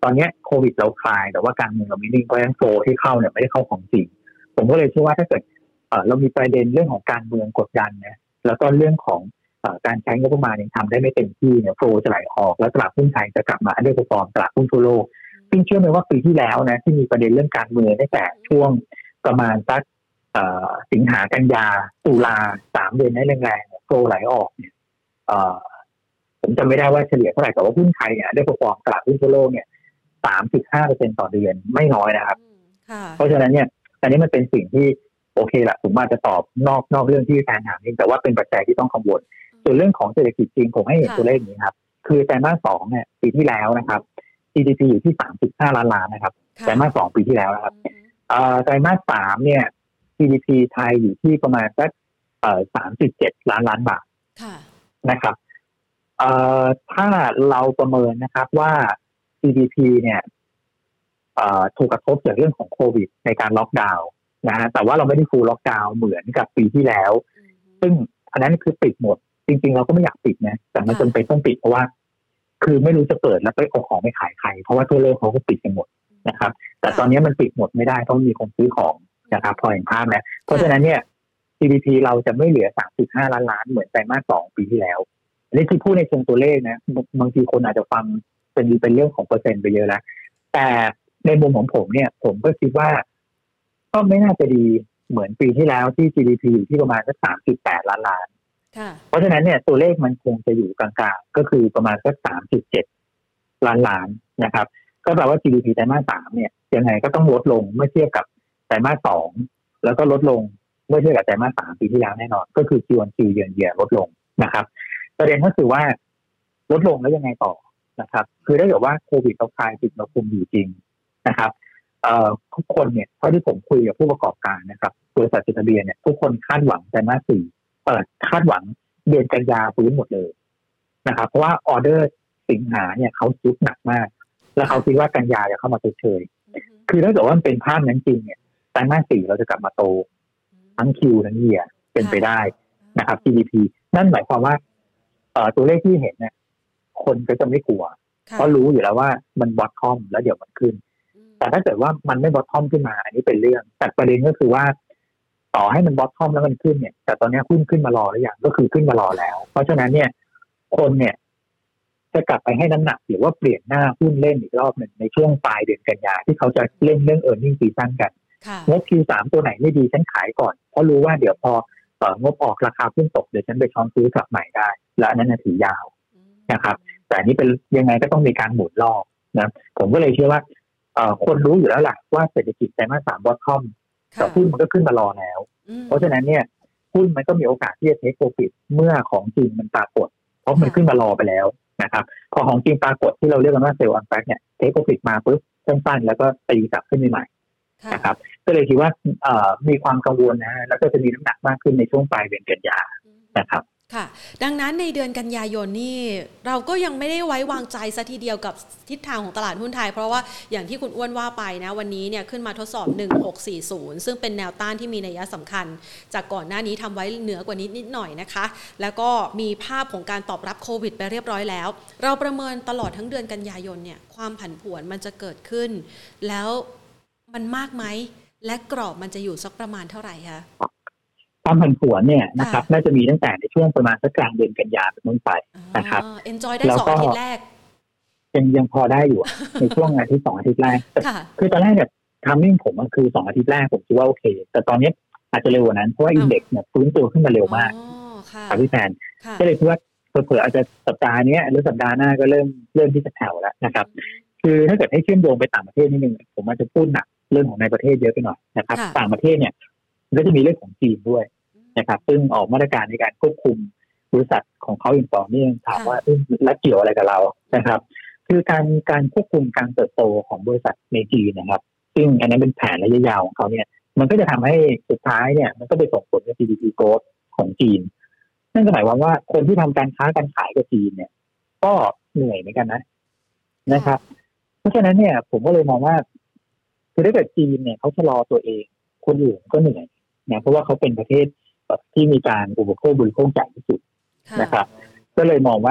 [SPEAKER 2] ตอนนี้โควิดเราคลายแต่ว่าการเมืองเราไม่นิ่งเพราะฉะนั้นโฟที่เข้าเนี่ยไม่ได้เข้าของจริงผมก็เลยเชื่อว่าถ้าเกิดเอ่อเรามีประเด็นเรื่องของการเมืองกดดันนะแล้วก็เรื่องของเอ่อการใช้งบประมาณยังทำได้ไม่เต็มที่เนี่ยโฟจะไหลออกแล้วตลาดหุ้นไทยจะกลับมาอันเดอร์เพอร์ฟอร์มตลาดหุ้นทั่วโลกซึ่งเชื่อไหมว่าปีที่แล้วนะที่มีประเด็นเรื่องการเมืองตั้งแต่ช่วงประมาณสักสิงหากันยาตุลาสามเดือนนี้แรงๆโฟไหลออกเนี่ยผมจำไม่ได้ว่าเฉลี่ยเท่าไหร่แต่ว่าหุ้นไทยเนี่ยได้เพอร์ฟอร์มตลาดหุ้นทั่วโลกเนี่ย สามจุดห้าเปอร์เซ็นต์ ต่อเดือนไม่น้อยนะครับเพราะฉะนั้นเนี่ยอันนี้มันเป็นสิ่งที่โอเคแหละผมอาจจะตอบนอกนอกเรื่องที่แฟนถามนี่แต่ว่าเป็นปัจจัยที่ต้องกังวลส่วนเรื่องของเศรษฐกิจจริงผมให้เห็นตัวเลขนี้ครับคือไตรมาสสองเนี่ยปีที่แล้วนะครับ จี ดี พี อยู่ที่ สามจุดห้า ล้านล้านนะครับไตรมาสสองปีที่แล้วนะครับเอ่อไตรมาสสามเนี่ย จี ดี พี ไทยอยู่ที่ประมาณสักเอ่อ สามจุดเจ็ด ล้านล้านบาทนะครับเอ่อถ้าเราประเมินนะครับว่า จี ดี พี เนี่ยเอ่อถูกกระทบจากเรื่องของโควิดในการล็อกดาวน์นะฮะแต่ว่าเราไม่ได้ฟูลล็อกดาวน์เหมือนกับปีที่แล้วซึ่งอันนั้นคือปิดหมดจริงๆเราก็ไม่อยากปิดนะแต่มันจำเป็นต้องปิดเพราะว่าคือไม่รู้จะเปิดแล้วไปเอาของไม่ขายใครเพราะว่าทั่วโลกเขาก็ปิดกันหมดนะครับแต่ตอนนี้มันปิดหมดไม่ได้เพราะมีคนซื้อของนะครับพอเห็นภาพนะเพราะฉะนั้นเนี่ย จี ดี พี เราจะไม่เหลือ สามจุดห้า ล้านล้านเหมือนไตรมาสสองปีที่แล้วอันนี้คือพูดในเชิงตัวเลขนะบางทีคนอาจจะฟังเป็นเป็นเรื่องของเปอร์เซ็นต์ไปเยอะแล้วแต่ในมุมของผมเนี่ยผมก็คิดว่าก็ไม่น่าจะดีเหมือนปีที่แล้วที่ จี ดี พี อยู่ที่ประมาณสัก สามจุดแปด ล้านล้านเพราะฉะนั้นเนี่ยตัวเลขมันคงจะอยู่กลางๆก็คือประมาณสัก สามจุดเจ็ด ล้านล้านนะครับก็แปลว่า จี ดี พี ไตรมาสสามเนี่ยยังไงก็ต้องลดลงเมื่อเทียบกับไตรมาสสองแล้วก็ลดลงเมื่อเทียบกับไตรมาสสามปีที่แล้วแน่นอนก็คือ Q on Q เยือนเยียลดลงนะครับประเด็นก็คือว่าลดลงแล้วยังไงต่อนะครับคือถ้าเกิดว่าโควิดเราคลายปิดเราคุมอยู่จริงนะครับเอ่อทุกคนเนี่ยเท่าที่ผมคุยกับผู้ประกอบการนะครับบริษัทจดทะเบียนเนี่ยทุกคนคาดหวังไตรมาสสี่เปิดคาดหวังเดือนกันยาฟื้นหมดเลยนะครับเพราะว่าออเดอร์สิงหาเนี่ยเขาซุดหนักมากแล้วเขาคิดว่ากันยาจะเข้ามาเฉยๆคือถ้าเกิดว่ามันเป็นภาพนั้นจริงเนี่ยไตรมาสสี่เราจะกลับมาโตทั้งคิวทั้งเยียร์เป็นไปได้นะครับ จี ดี พี นั่นหมายความว่าเอ่อตัวเลขที่เห็นเนี่ยคนก็จะไม่กลัวเพราะรู้อยู่แล้วว่ามันบอททอมแล้วเดี๋ยวมันขึ้นแต่ถ้าเกิดว่ามันไม่บอททอมขึ้นมาอันนี้เป็นเรื่องแต่ประเด็นก็คือว่าต่อให้มันบอททอมแล้วมันขึ้นเนี่ยแต่ตอนนี้หุ้นขึ้นมารอหรือยังก็คือขึ้นมารอแล้วเพราะฉะนั้นเนี่ยคนเนี่ยจะกลับไปให้น้ำหนักหรือว่าเปลี่ยนหน้าหุ้นเล่นอีกรอบหนึ่งในช่วงปลายเดือนกันยาที่เขาจะเล่นเรื่อง earning season กันงบ คิว สาม ตัวไหนไม่ดีฉันขายก่อนเพราะรู้ว่าเดี๋ยวพองบออกราคาขึ้นตกเดี๋ยวฉันไปช้อนซื้อกลับใหม่ได้และอันนั้นถือยาวนะครับแต่อันนี้เป็นยังไงก็ต้องมีการหมุนรอบนะผมก็เลยเชื่อว่าคนรู้อยู่แล้วแหละว่าเศรษฐกิจไตรมาสสามบอททอมแต่หุ้นมันก็ขึ้นมารอแล้วเพราะฉะนั้นเนี่ยหุ้นมันก็มีโอกาสที่จะเทคโปรฟิตเมื่อของจริงมันปรากฏเพราะมันขึ้นมารอไปแล้วนะครับพอของจริงปรากฏที่เราเรียกกันว่าเซลล์ออนแฟกเนี่ยเทคโปรฟิตมาปุ๊บสั้นๆแล้วก็ตีกลับขึ้นใหม่นะครับก็เลยคิดว่ามีความกังวลนะแล้วก็จะมีน้ำหนักมากขึ้นในช่วงปลายเดือนกันยานะครับ
[SPEAKER 1] ค่ะดังนั้นในเดือนกันยายนนี่เราก็ยังไม่ได้ไว้วางใจซะทีเดียวกับทิศทางของตลาดหุ้นไทยเพราะว่าอย่างที่คุณอ้วนว่าไปนะวันนี้เนี่ยขึ้นมาทดสอบหนึ่งพันหกร้อยสี่สิบซึ่งเป็นแนวต้านที่มีนัยสำคัญจากก่อนหน้านี้ทำไว้เหนือกว่านี้นิดหน่อยนะคะแล้วก็มีภาพของการตอบรับโควิดไปเรียบร้อยแล้วเราประเมินตลอดทั้งเดือนกันยายนเนี่ยความผันผวนมันจะเกิดขึ้นแล้วมันมากไหมและกรอบมันจะอยู่สักประมาณเท่าไหร่คะ
[SPEAKER 2] ความผันผวนเนี่ยนะครับน่าจะมีตั้งแต่ในช่วงประมาณสักกลางเดือนกันยายนเป็นต้นไปนะครับ
[SPEAKER 1] enjoy ได้สองอาทิตย์แรก
[SPEAKER 2] ยังยังพอได้อยู่ ในช่วงอาทิตย์สองอาทิตย์แรกคือตอนแรกเนี่ยทามมิ่งผมก็คือสองอาทิตย์แรกผมคิดว่าโอเคแต่ตอนนี้อาจจะเร็วกว่านั้นเพราะว่าอินเด็กซ์เนี่ยฟื้นตัวขึ้นมาเร็วมากครับพี่แฟนก็เลยคิดว่าเผื่ออาจจะสัปดาห์นี้หรือสัปดาห์หน้าก็เริ่มเริ่มที่จะแผ่วแล้วนะครับคือถ้าเกิดให้เชื่อมโยงไปต่างประเทศนิดนึงผมอาจจะพูดหนักเรื่องของในประเทศเยอะไปหน่อยนะครับต่างประเทศเนี่ยก็จะมีเรื่องของจีนด้วยนะครับซึ่งออกมาตรการในการควบคุมบริษัทของเขาอย่างต่อเนื่องถามว่าแล้วเกี่ยวอะไรกับเรานะครับคือการการควบคุมการเติบโตของบริษัทในจีนนะครับซึ่งอันนั้นเป็นแผนระยะยาวของเขาเนี่ยมันก็จะทำให้สุดท้ายเนี่ยมันก็ไปส่งผลกับ จี ดี พี growth ของจีนนั่นก็หมายความว่าคนที่ทำการค้าการขายกับจีนเนี่ยก็เหนื่อยเหมือนกันนะนะครับเพราะฉะนั้นเนี่ยผมก็เลยมองว่าคือถ้าเกิดจีนเนี่ยเขาชะลอตัวเองคนอื่นก็เหนื่อยนะเพราะว่าเขาเป็นประเทศที่มีการอุปโภคบริโภคใหญ่ที่สุดนะครับก็เลยมองว่า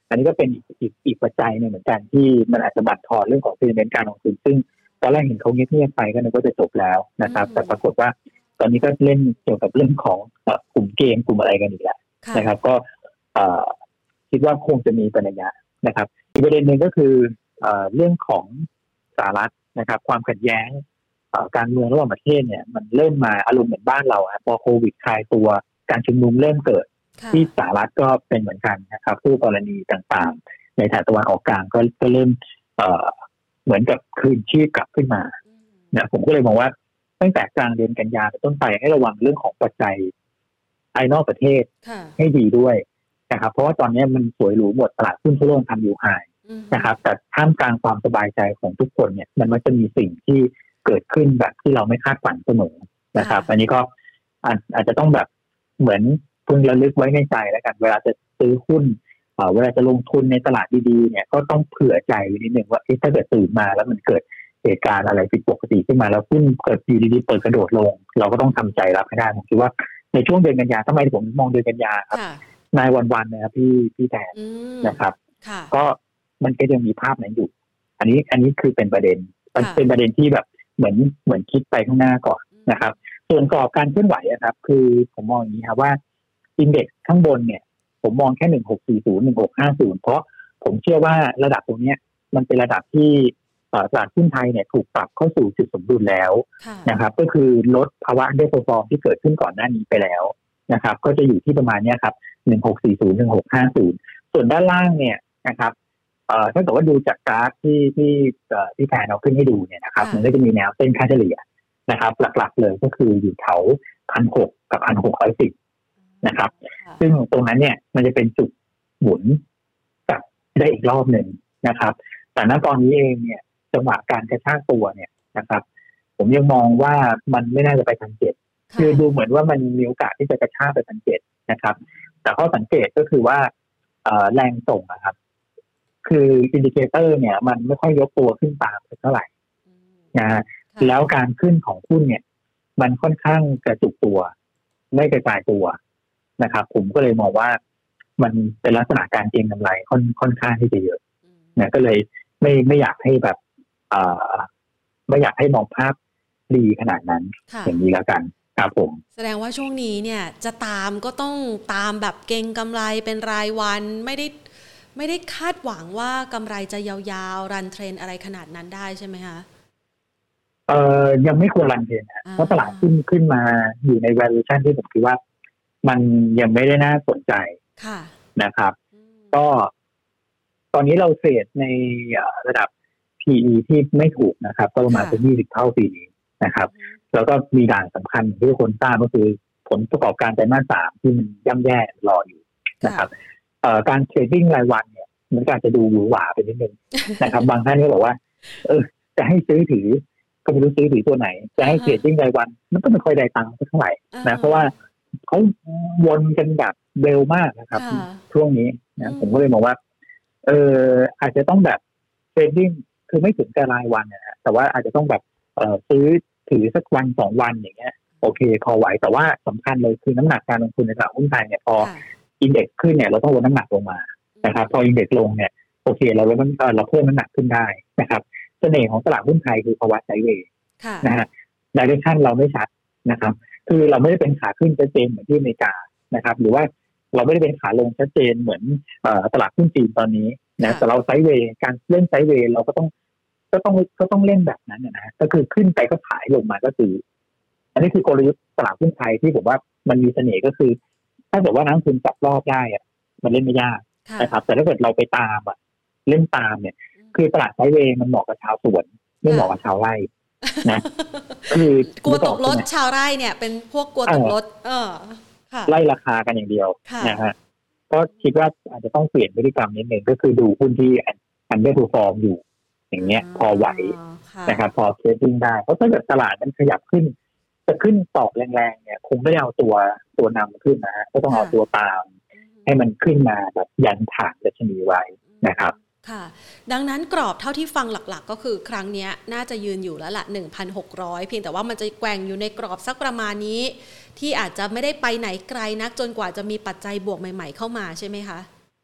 [SPEAKER 2] อันนี้ก็เป็นอีกอีกอีกปัจจัยหนึ่งเหมือนกันที่มันอาจจะบั่นทอนเรื่องของ sentiment การลงทุนซึ่งตอนแรกเห็นเขาเงียบๆไปก็นึกว่าจะจบแล้วนะครับแต่ปรากฏว่าตอนนี้ก็เล่นเกี่ยวกับเรื่องของกลุ่มเกมกลุ่มอะไรกันอีกแล้วนะครับก็คิดว่าคงจะมีปัญญานะครับอีกประเด็นหนึ่งก็คือเรื่องของสหรัฐนะครับความขัดแย้งการเมืองระหว่างประเทศเนี่ยมันเริ่มมาอารมณ์เหมือนบ้านเราพอโควิดคลายตัวการชุมนุมเริ่มเกิดที่สหรัฐก็เป็นเหมือนกันนะครับผู้กรณีต่างๆในแถบตะวันออกกลางก็ก็เริ่มเอ่อเหมือนกับคืนชีพกลับขึ้นมาเนี่ยผมก็เลยมองว่าตั้งแต่กลางเดือนกันยายนเป็นต้นไปให้ระวังเรื่องของปัจจัยภายนอกประเทศให้ดีด้วยนะครับเพราะว่าตอนนี้มันสวยหรูหมดตลาดหุ้นทั่วโลกทำอยู่ไฮนะครับแต่ท่ามกลางความสบายใจของทุกคนเนี่ยมันมักจะมีสิ่งที่เกิดขึ้นแบบที่เราไม่คาดฝันเสมอนะครับอันนี้ก็อาจจะต้องแบบเหมือนพึงระลึกไว้ในใจแล้วกันเวลาจะซื้อหุ้นเวลาจะลงทุนในตลาดดีๆเนี่ยก็ต้องเผื่อใจไว้นิดนึงว่าถ้าเกิดตื่นมาแล้วมันเกิดเหตุการณ์อะไรผิดปกติขึ้นมาแล้วหุ้นเกิดอยู่ดีๆเปิดกระโดดลงเราก็ต้องทำใจรับให้ได้ผมคิดว่าในช่วงเดือนกันยาทำไมผมมองเดือนกันยาครับนายวันๆนะครับพี่พี่แทนนะครับก็มันก็ยังมีภาพนั้นอยู่อันนี้อันนี้คือเป็นประเด็นเป็นประเด็นที่แบบเหมือนเหมือนคิดไปข้างหน้าก่อนนะครับส่วนกรอบการเคลื่อนไหวครับคือผมมองอย่างนี้ครับว่าอินเด็กซ์ข้างบนเนี่ยผมมองแค่หนึ่งหกสี่ศูนย์ หนึ่งหกห้าศูนย์เพราะผมเชื่อว่าระดับตรงนี้มันเป็นระดับที่ตลาดหุ้นไทยเนี่ยถูกปรับเข้าสู่จุดสมดุลแล้วนะครับก็คือลดภาวะเดฟฟอร์มที่เกิดขึ้นก่อนหน้านี้ไปแล้วนะครับก็จะอยู่ที่ประมาณนี้ครับหนึ่งหกสี่ศูนย์ หนึ่งหกห้าศูนย์ส่วนด้านล่างเนี่ยนะครับเอ่อถ้าเกิดว่าดูจากกราฟที่ที่ที่แผนเอาขึ้นให้ดูเนี่ยนะครับมันก็จะมีแนวเส้นค่าเฉลี่ยนะครับหลักๆเลยก็คืออยู่แถว หนึ่งพันหกร้อย กับ หนึ่งพันหกร้อยสิบ นะครับซึ่งตรงนั้นเนี่ยมันจะเป็นจุดหมุนกลับได้อีกรอบหนึ่งนะครับแต่ณตอนนี้เองเนี่ยจังหวะการกระชากตัวเนี่ยนะครับผมยังมองว่ามันไม่น่าจะไปพันเจ็ดคือดูเหมือนว่ามันมีโอกาสที่จะกระชากไปพันเจ็ดนะครับแต่ข้อสังเกตก็คือว่าแรงส่งนะครับคืออินดิเคเตอร์เนี่ยมันไม่ค่อยยกตัวขึ้นตามเท่าไหร่นะแล้วการขึ้นของหุ้นเนี่ยมันค่อนข้างกระจุกตัวไม่กระจายตัวนะครับผมก็เลยมองว่ามันเป็นลักษณะการเก็งกำไรค่อนค่อนข้างที่จะเยอะนะก็เลยไม่ไม่อยากให้แบบอ่าไม่อยากให้มองภาพดีขนาดนั้นอย่างนี้แล้วกันครับผม
[SPEAKER 1] แสดงว่าช่วงนี้เนี่ยจะตามก็ต้องตามแบบเก็งกำไรเป็นรายวันไม่ได้ไม่ได้คาดหวังว่ากำไรจะยาวๆรันเทรนอะไรขนาดนั้นได้ใช่ไหมคะ
[SPEAKER 2] เอ่อยังไม่ควรรันเทรนนะเพราะตลาดขึ้นขึ้นมาอยู่ใน valuation ที่ผมคิดว่ามันยังไม่ได้น่าสนใจนะครับก็ตอนนี้เราเทรดในระดับ พี อี ที่ไม่ถูกนะครับก็ประมาณเป็นยี่สิบเท่าปีนี้นะครับแล้วก็มีด่านสำคัญที่ทุกคนทราบก็คือผลประกอบการไตรมาสสามที่มันย่ำแย่รออยู่นะครับการเทรดดิ้งรายวันเนี่ยมันก็อาจจะดูหวือหวาไปนิดนึงนะครับบางท่านก็บอกว่าเออจะให้ซื้อถือก็ไม่รู้ซื้อถือตัวไหนจะให้เทรดดิ้งรายวันมันก็ไม่ค่อยได้ตังค์เท่าไหร่นะเพราะว่าเขาวนกันแบบเร็วมากนะครับช่วงนี้นะผมก็เลยมองว่าเอออาจจะต้องแบบเทรดดิ้งคือไม่ถึงกับรายวันนะแต่ว่าอาจจะต้องแบบเออซื้อถือสักวันสองวันอย่างเงี้ยโอเคพอไหวแต่ว่าสำคัญเลยคือน้ำหนักการลงทุนในตลาดหุ้นไทยเนี่ยพออินเด็กซ์ขึ้นเนี่ยเราต้องลดน้ำหนักลงมานะครับพออินเด็กซ์ลงเนี่ยโอเคเราลดเราเพิ่มน้ำหนักขึ้นได้นะครับเสน่ห์ของตลาดหุ้นไทยคือภาวะไซด์เวย์นะฮะไดเรคชั่นเราไม่ชัดนะครับคือเราไม่ได้เป็นขาขึ้นชัดเจนเหมือนที่อเมริกานะครับหรือว่าเราไม่ได้เป็นขาลงชัดเจนเหมือนตลาดหุ้นจีนตอนนี้นะแต่เราไซด์เวย์การเล่นไซด์เวย์เราก็ต้องก็ต้องก็ต้องเล่นแบบนั้นนะก็คือขึ้นไปก็ขายลงมาก็ซื้ออันนี้คือกลยุทธ์ตลาดหุ้นไทยที่ผมว่ามันมีเสน่ห์ก็คือถ้าเกิดว่านักลงทุนจับรอบได้อะมันเล่นไม่ยากนะครับแต่ถ้าเกิดเราไปตามอ่ะเล่นตามเนี่ยคือตลาดไซด์เวย์มันเหมาะกับชาวสวนไม่เหมาะกับชาวไร่นะคื
[SPEAKER 1] อกลัวตกรถชาวไร่เนี่ยเป็นพวกกลัวตกรถเออ
[SPEAKER 2] ไล่ราคากันอย่างเดียวนะฮะก็คิดว่าอาจจะต้องเปลี่ยนพฤติกรรมนิดนึงก็คือดูหุ้นที่อันเดอร์เพอร์ฟอร์มอยู่อย่างเงี้ยพอไหวนะครับพอเทรดดิ้งได้เพราะถ้าเกิดตลาดมันขยับขึ้นจะขึ้นตอกแรงๆเนี่ยคงไม่ได้เอาตัวตัวนำขึ้นนะฮะก็ต้องเอาตัวตามให้มันขึ้นมาแบบยันฐานดัชนีไว้นะครับ
[SPEAKER 1] ค่ะดังนั้นกรอบเท่าที่ฟังหลักๆก็คือครั้งนี้น่าจะยืนอยู่แล้วละ หนึ่งพันหกร้อย เพียงแต่ว่ามันจะแกว่งอยู่ในกรอบสักประมาณนี้ที่อาจจะไม่ได้ไปไหนไกลนักจนกว่าจะมีปัจจัยบวกใหม่ๆเข้ามาใช่ไหมคะ
[SPEAKER 2] ใ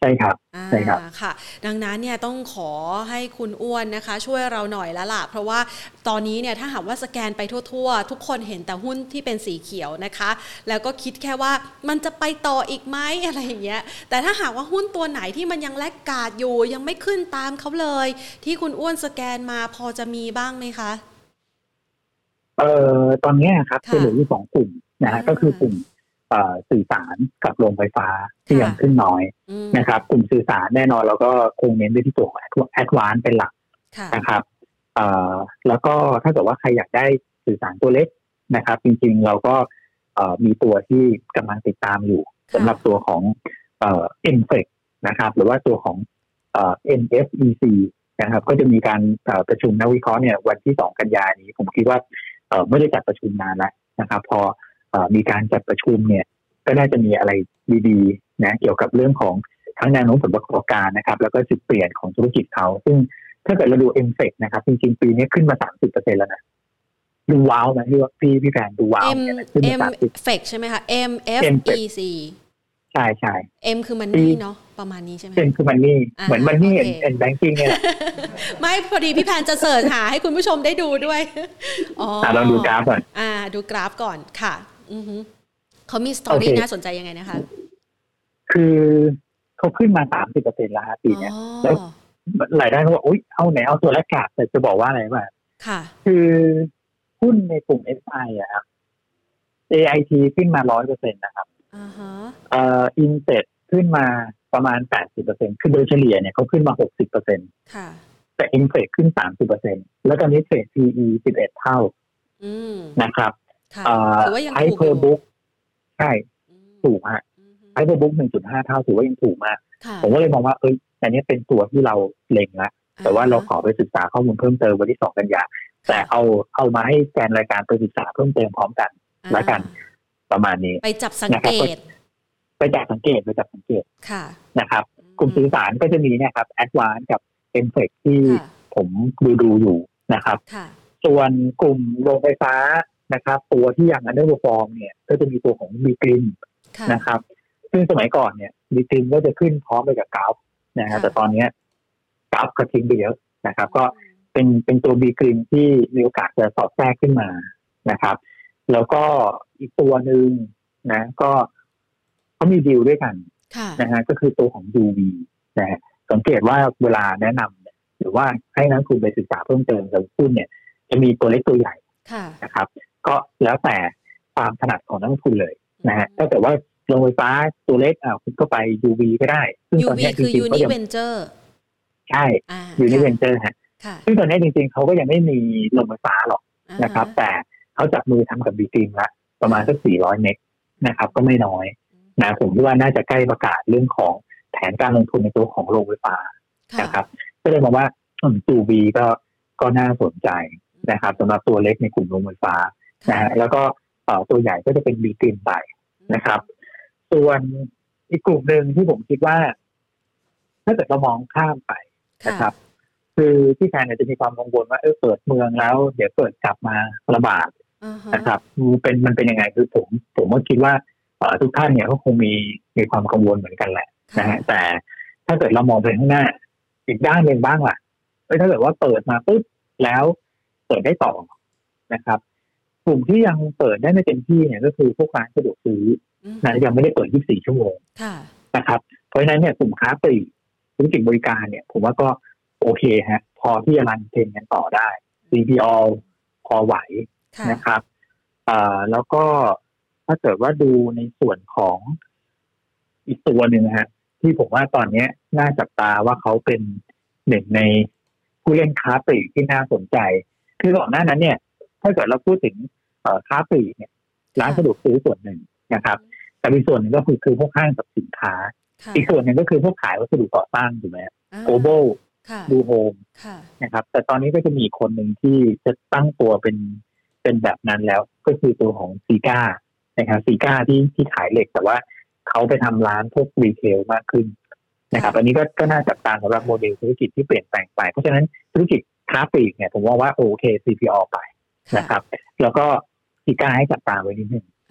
[SPEAKER 2] ใช่ครับใช่ครับ
[SPEAKER 1] ค่ะดังนั้นเนี่ยต้องขอให้คุณอ้วนนะคะช่วยเราหน่อยแล้วล่ะเพราะว่าตอนนี้เนี่ยถ้าหากว่าสแกนไปทั่วๆทุกคนเห็นแต่หุ้นที่เป็นสีเขียวนะคะแล้วก็คิดแค่ว่ามันจะไปต่ออีกไหมอะไรอย่างเงี้ยแต่ถ้าหากว่าหุ้นตัวไหนที่มันยังแลกขาดอยู่ยังไม่ขึ้นตามเขาเลยที่คุณอ้วนสแกนมาพอจะมีบ้างไหมคะ
[SPEAKER 2] เอ่อตอนนี้ครับจะเหลืออยู่สองกลุ่มนะฮะก็คือกลุ่มสื่อสารกับโรงไฟฟ้าที่ยังขึ้นน้อยนะครับกลุ่มสื่อสารแน่นอนเราก็คงเน้นไปที่ตัวแอดวานซ์เป็นหลักนะครับแล้วก็ถ้าเกิดว่าใครอยากได้สื่อสารตัวเล็กนะครับจริงๆเราก็มีตัวที่กำลังติดตามอยู่สำหรับตัวของเอ็นเฟกนะครับหรือว่าตัวของเอ็น เอฟ อี ซี นะครับก็จะมีการประชุมนักวิเคราะห์เนี่ยวันที่สองกันยายนนี้ผมคิดว่าไม่ได้จัดประชุมนานแล้วนะครับพอมีการจัดประชุมเนี่ยก็น่าจะมีอะไรดีๆนะเกี่ยวกับเรื่องของทั้งแนวโน้มผลประกอบการนะครับแล้วก็จุดเปลี่ยนของธุรกิจเขาซึ่งถ้าเกิดเราดู เอ็ม เฟก นะครับจริงๆปีนี้ขึ้นมา สามสิบเปอร์เซ็นต์ แล้วนะดูว้าวนะพี่ว่าพี่พี่แฟนดูว้าวเนี่ยขึ้นมาสามสิบ
[SPEAKER 1] เฟกใช่ไหมคะ เอ็ม เอฟ อี ซี
[SPEAKER 2] ใช่ใช่
[SPEAKER 1] M คือมันนี่เนาะประมาณนี้ใช่ไหม
[SPEAKER 2] M คือมันนี่เหมือนมันนี่แอนด์แบงกิ้งเนี่ย
[SPEAKER 1] ไม่พอดีพี่แพนจะเสิร์ชหาให้คุณผู้ชมได้ดูด้วย
[SPEAKER 2] อ๋อลองดูกราฟก่อน
[SPEAKER 1] อ่าดูกราฟก่อนค่ะอือฮึเขามีสตอรี่น่าสนใจยังไงนะคะ
[SPEAKER 2] คือเขาขึ้นมา สามสิบเปอร์เซ็นต์ แล้วปีนี้แล้วรายได้เขาบอกอุ๊ยเอาไหนเอาตัวแรกกาดแต่จะบอกว่าอะไรบ้าง
[SPEAKER 1] ค่ะ
[SPEAKER 2] คือหุ้นในกลุ่ม เอส ไอ อ่ะครับ เอ ไอ ที ขึ้นมา หนึ่งร้อยเปอร์เซ็นต์ นะครับ
[SPEAKER 1] อ่าฮะ
[SPEAKER 2] เอ่อ Inset ขึ้นมาประมาณ แปดสิบเปอร์เซ็นต์ คือโดยเฉลี่ยเนี่ยเขาขึ้นมา หกสิบเปอร์เซ็นต์
[SPEAKER 1] ค่ะ
[SPEAKER 2] แต่ Inset ขึ้น สามสิบเปอร์เซ็นต์ แล้วตอนนี้เทรด พี อี สิบเอ็ดเท่า
[SPEAKER 1] อืม
[SPEAKER 2] นะครับ
[SPEAKER 1] เอ่อ
[SPEAKER 2] Price per book ใช่ถูกฮะ Price per book หนึ่งจุดห้า เท่าถือว่ายังถูกมากผมก็เลยมองว่าเอ้ยอันนี้เป็นตัวที่เราเล็งละแต่ว่าเราขอไปศึกษาข้อมูลเพิ่มเติมวันที่สองกันยาแต่เอาเอามาให้แฟนรายการไปศึกษาเพิ่มเติมพร้อมกันแล้วกันประมาณนี้
[SPEAKER 1] ไปจับสังเกต
[SPEAKER 2] ไปจับสังเกตไปจับสังเกต
[SPEAKER 1] ค่ะ
[SPEAKER 2] นะครับกลุ่มสื่อสารก็จะมีเนี่ยครับ Advance กับ Enflex ที่ผมดูดูอยู่นะครับส่วนกลุ่มโรงไฟฟ้านะครับตัวที่ยัง underperform เนี่ยก็จะมีตัวของ Bgrim นะครับซึ่งสมัยก่อนเนี่ย Bgrim ก็จะขึ้นพร้อมไปกับกราฟนะฮะแต่ตอนนี้กราฟก็ทิ้งไปเยอะนะครับก็เป็นเป็นตัว Bgrim ที่มีโอกาสจะสอดแทรกขึ้นมานะครับแล้วก็อีกตัวหนึ่งนะก็เขามีดีลด้วยกันนะฮะก็คือตัวของ ยู วี นะฮะสังเกตว่าเวลาแนะนำหรือว่าให้นักลงทุนไปศึกษาเพิ่มเติมกับหุ้นเนี่ยจะมีตัวเล็กตัวใหญ่นะครับก็แล้วแต่ความถนัดของนักลงทุนเลยนะฮะถ้าเกิดว่าโรงไฟฟ้าตัวเล็กอ่าคุณก็ไป ยู วี ก็ได้
[SPEAKER 1] ซึ่งตอนนี้จริงๆก็ยัง Univenture
[SPEAKER 2] ใช่ Univenture ฮะซึ่งตอนนี้จริงๆเขาก็ยังไม่มีโรงไฟฟ้าหรอกนะครับแต่เขาจับมือทำกับ Bgrim ละประมาณสักสี่ร้อยเมกนะครับก็ไม่น้อยนะผมคิดว่าน่าจะใกล้ประกาศเรื่องของแผนการลงทุนในตัวของโรงไฟฟ้านะครับก็เลยมองว่า ยู วี ก็ก็น่าสนใจนะครับสำหรับตัวเล็กในกลุ่มโรงไฟฟ้านะฮะแล้วก็ตัวใหญ่ก็จะเป็น Bgrim ไปนะครับส่วนอีกกลุ่มหนึ่งที่ผมคิดว่าถ้าเกิดเรามองข้ามไปนะครับคือที่แทนเนี่ยจะมีความกังวลว่าเออเปิดเมืองแล้วเดี๋ยวเปิดกลับมาระบาดนะครับเป็นมันเป็นยังไงคือผมผมก็คิดว่าทุกท่านเนี่ยก็คงมีมีความกังวลเหมือนกันแหละนะฮะแต่ถ้าเกิดเรามองไปข้างหน้าอีกด้านหนึ่งบ้างล่ะถ้าเกิดว่าเปิดมาปุ๊บแล้วเปิดได้ต่อนะครับกลุ่มที่ยังเปิดได้ไม่เต็มที่เนี่ยก็คือพวกร้านสะดวกซื้อนะยังไม่ได้เปิดยี่สิบสี่ชั่วโมงนะครับเพราะฉะนั้นเนี่ยกลุ่มค้าปลีกธุรกิจบริการเนี่ยผมว่าก็โอเคฮะพอที่จะรันเทรนกันต่อได้ ซี พี โอ พอไหวนะครับอ่าแล้วก็ถ้าเกิดว่าดูในส่วนของอีกตัวหนึ่งฮะที่ผมว่าตอนนี้น่าจับตาว่าเขาเป็นหนึ่งในผู้เล่นค้าปลีกที่น่าสนใจคือก่อนหน้านั้นเนี่ยถ้าเกิดเราพูดถึงค้าปลีกเนี่ยร้านสะดวกซื้อส่วนหนึ่งนะครับแต่อีกส่วนหนึ่งก็คือคือพวกห้างสรรพสินค้าอีกส่วนหนึ่งก็คือพวกขายวัสดุก่อสร้างถูกไหมโกลบอลดูโฮมนะครับแต่ตอนนี้ก็จะมีคนหนึ่งที่จะตั้งตัวเป็นเป็นแบบนั้นแล้วก็คือตัวของซีก้านะครับซีก้าที่ที่ขายเหล็กแต่ว่าเขาไปทำร้านพวกรีเทลมากขึ้นนะครับอันนี้ก็ก็น่าจับตาสำหรับโมเดลธุรกิจที่เปลี่ยนแปลงไปเพราะฉะนั้นธุรกิจค้าปลีกเนี่ยผมว่าว่าโอเค ซี พี โอ ไปนะครับแล้วก็ซีก้าให้จับตาไว้นิดนึง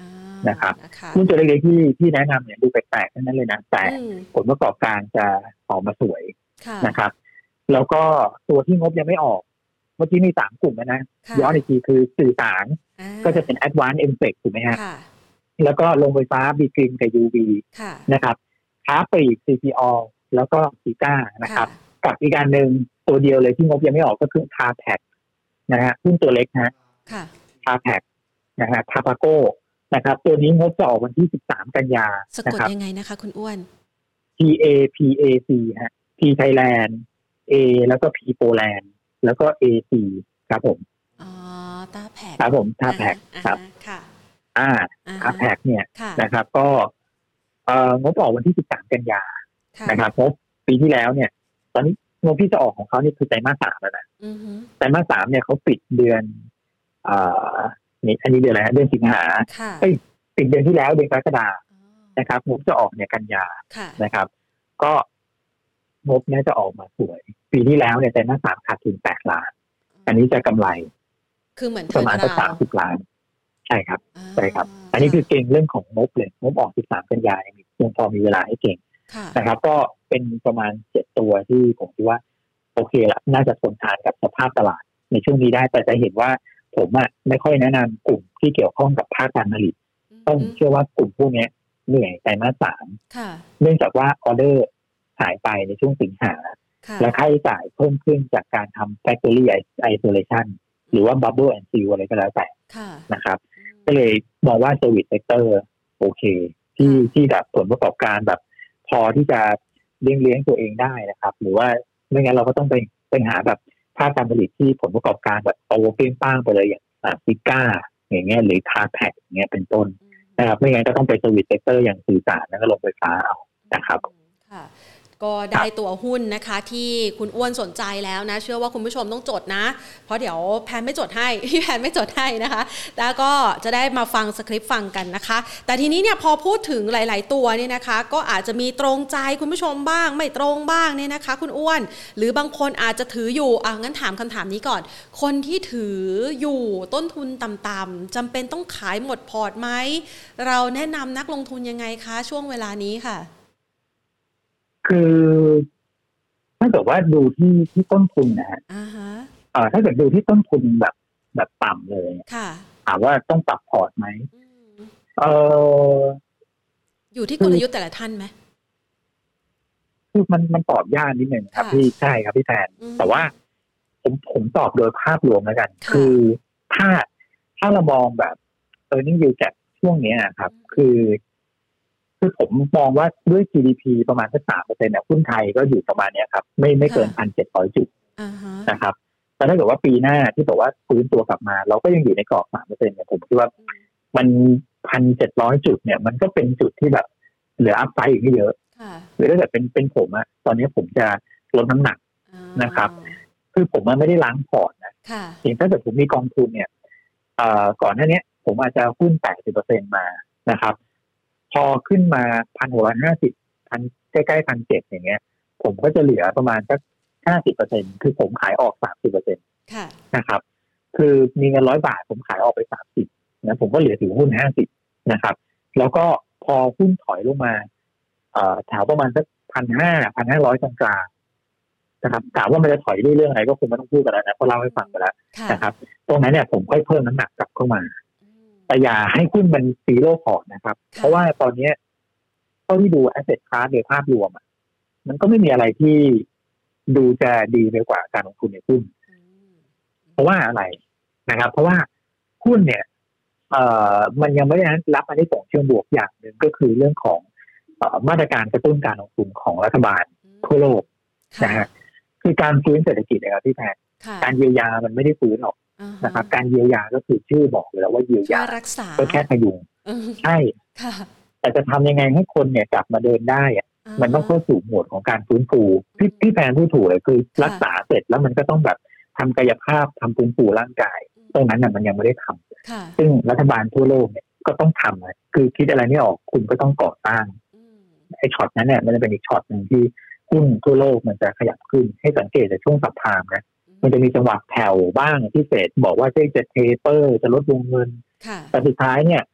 [SPEAKER 2] นะครับหุ้นตัวเล็กๆที่ที่แนะนำเนี่ยดูแปลกๆทั้งนั้นเลยนะแต่ผลประกอบการจะออกมาสวยนะครับแล้วก็ตัวที่งบยังไม่ออกเมื่อกี้มีสามกลุ่มนะย้อนอีกทีคือสื่อสารก็จะเป็น Advanced Effect ถูกไหมฮะแล้วก็โรงไฟฟ้า Bigreen กับ ยู วี นะครับค้าปลีก ซี พี โอ แล้วก็ซีก้านะครับกับอีกการหนึ่งตัวเดียวเลยที่งบยังไม่ออกก็คือ Carpac นะฮะหุ้นตัวเล็กฮะ Carpac นะฮะ Papago นะครับตัวนี้งบจะออกวันที่สิบสามกันยา
[SPEAKER 1] สะกดยังไงนะคะคุณอ้วน
[SPEAKER 2] P A P A C ฮะ P Thailand A แล้วก็ P Poland แล้วก็ เอ ซี ครับผม
[SPEAKER 1] อ๋อตาแพก
[SPEAKER 2] ครับผมตาแพกครับ
[SPEAKER 1] ค่ะ
[SPEAKER 2] อ่าตาแพกเนี่ยนะครับก็เอ่องบออกวันที่สิบสามกันยานะครับงบปีที่แล้วเนี่ยตอนนี้งบที่จะออกของเขานี่คือไตรมาสสามแล้วนะไตรมาสสามเนี่ยเขาปิดเดือนอ่านี่อันนี้เดือนอะไรเดือนสิงหาเอ้ยปิดเดือนที่แล้วเดือนกรกฎาคมนะครับงบจะออกเนี่ยกันยานะครับก็งบนี้จะออกมาสวยปีที่แล้วเนี่ยไตรมาสสามขาดทุนแปดล้านอันนี้จะกำไร
[SPEAKER 1] คือเหมือน
[SPEAKER 2] ประมาณสักสามสิบล้านใช่ครับใช่ครับอันนี้คือเก่งเรื่องของงบเลยงบออกสิบสามกันยายนยังพอมีเวลาให้เก่งนะครับก็เป็นประมาณเจ็ดตัวที่ผมคิดว่าโอเคละน่าจะทนทานกับสภาพตลาดในช่วงนี้ได้แต่จะเห็นว่าผมอ่ะไม่ค่อยแนะนำกลุ่มที่เกี่ยวข้องกับภาคการผลิตต้องเชื่อว่ากลุ่มพวกนี้เหนื่อยไตรมาสสามเนื่องจากว่าออเดอร์หายไปในช่วงสิงหาและค่าใช้จ่ายเพิ่มขึ้นจากการทำ factory isolation หรือว่า bubble and seal อะไรก็แล้วแต่นะครับก็เลยมองว่า service sector โอเคที่ที่แบบผลประกอบการแบบพอที่จะเลี้ยงเลี้ยงตัวเองได้นะครับหรือว่าไม่งั้นเราก็ต้องไปไปหาแบบภาคการผลิตที่ผลประกอบการแบบโตเปรี้ยงป้างไปเลยอย่างซิก้าอย่างเงี้ยหรือคาร์แพ็คอย่างเงี้ยเป็นต้นนะครับไม่งั้นก็ต้องไป service sector อย่างสื่อสารแล้วก็ลงไฟฟ้าเอานะครับ
[SPEAKER 1] ค่ะก็ได้ตัวหุ้นนะคะที่คุณอ้วนสนใจแล้วนะเชื่อว่าคุณผู้ชมต้องจดนะเพราะเดี๋ยวแพนไม่จดให้พี่แพนไม่จดให้นะคะแล้วก็จะได้มาฟังสคริปต์ฟังกันนะคะแต่ทีนี้เนี่ยพอพูดถึงหลายๆตัวเนี่ยนะคะก็อาจจะมีตรงใจคุณผู้ชมบ้างไม่ตรงบ้างเนี่ยนะคะคุณอ้วนหรือบางคนอาจจะถืออยู่อ่ะงั้นถามคำถามนี้ก่อนคนที่ถืออยู่ต้นทุนต่ำๆจำเป็นต้องขายหมดพอร์ตไหมเราแนะนำนักลงทุนยังไงคะช่วงเวลานี้ค่ะ
[SPEAKER 2] คือถ้าเกิดว่าดูที่ที่ต้นทุนนะฮะเอ่อถ้าเกิดดูที่ต้นทุนแบบแบบต่ำเลยถามว่าต้องปรับพอร์ตไหมเออ
[SPEAKER 1] อยู่ที่กลยุทธ์แต่ละท่านไหม
[SPEAKER 2] คือมันมันตอบยากนิดหนึ่งครับพี่ใช่ครับพี่แทนแต่ว่าผมผมตอบโดยภาพรวมแล้วกันคือถ้าถ้าเรามองแบบเออนี่อยู่จากช่วงนี้นะครับคือคือผมมองว่าด้วย จี ดี พี ประมาณสัก สามเปอร์เซ็นต์ เนี่ยหุ้นไทยก็อยู่ประมาณนี้ครับไม่ไม่เกิน หนึ่งพันเจ็ดร้อย จุดนะครับแต่ถ้าเกิดว่าปีหน้าที่บอกว่าฟื้นตัวกลับมาเราก็ยังอยู่ในกรอบ สามเปอร์เซ็นต์ เนี่ยผมคิดว่ามัน หนึ่งพันเจ็ดร้อย จุดเนี่ยมันก็เป็นจุดที่แบบเหลืออัพไซด์อีกไม่เยอะหรือถ้าเกิดเป็นเป็นผมอะตอนนี้ผมจะลดน้ำหนักนะครับคือผมไม่ได้ล้างพอร์ตนะจริงถ้าเกิดผมมีกองทุนเนี่ยเอ่อก่อนหน้านี้ผมอาจจะหุ้น แปดสิบเปอร์เซ็นต์ มานะครับพอขึ้นมา หนึ่งพันหกร้อยห้าสิบ พันใกล้ๆ หนึ่งพันเจ็ดร้อย อย่างเงี้ยผมก็จะเหลือประมาณสัก ห้าสิบเปอร์เซ็นต์ คือผมขายออก สามสิบเปอร์เซ็นต์
[SPEAKER 1] ค่ะ
[SPEAKER 2] นะครับคือมีเงินหนึ่งร้อยบาทผมขายออกไปสามสิบนะผมก็เหลือถือหุ้นห้าสิบนะครับแล้วก็พอหุ้นถอยลงมาเอ่อแถวประมาณสัก หนึ่งพันห้าร้อย หนึ่งพันห้าร้อย กลางๆนะครับถามว่ามันจะถอยด้วยเรื่องอะไรก็คงไม่ต้องพูดกันแล้วนะเพราะเล่าให้ฟังไปแล้วนะครับตรงนั้นเนี่ยผมค่อยเพิ่มน้ำหนักกลับเข้ามาแต่อย่าให้หุ้นมันซีโร่พอร์ตนะครับเพราะว่าตอนนี้เท่าที่ดู asset class โดยภาพรวมอ่ะมันก็ไม่มีอะไรที่ดูจะดีไปกว่าการลงทุนในหุ้นเพราะว่าอะไรนะครับเพราะว่าหุ้นเนี่ยเอ่อมันยังไม่ได้รับอันนี้ส่งเชิงบวกอย่างหนึ่งก็คือเรื่องของเอ่อมาตรการกระตุ้นการลงทุนของรัฐบาลทั่วโลกนะฮะคือการฟื้นเศรษฐกิจนะครับที่แท้การเยียวยามันไม่ได้ฟื้นหรอกนะครับการเยียวยาก็คือชื่อบอกเลยแล้วว่าเยียวยาก็แค่พยุงใช่แต่จะทำยังไงให้คนเนี่ยกลับมาเดินได้อะมันต้องเข้าสู่โหมดของการฟื้นฟูพี่พี่แฟนพูดถูกเลยคือรักษาเสร็จแล้วมันก็ต้องแบบทำกายภาพทำฟื้นฟูร่างกายตรงนั้นน่ะมันยังไม่ได้ทำซึ่งรัฐบาลทั่วโลกเนี่ยก็ต้องทำนะคือคิดอะไรไม่ออกคุณก็ต้องก่อสร้างไอ้ช็อตนั้นเนี่ยมันจะเป็นอีกช็อตนึงที่หุ้นทั่วโลกมันจะขยับขึ้นให้สังเกตในช่วงสัปดาห์นะมันจะมีจังหวะแผ่วบ้างที่เฟดบอกว่าจะเทเปอร์จะลดวงเงินแต่สุดท้ายเนี่ย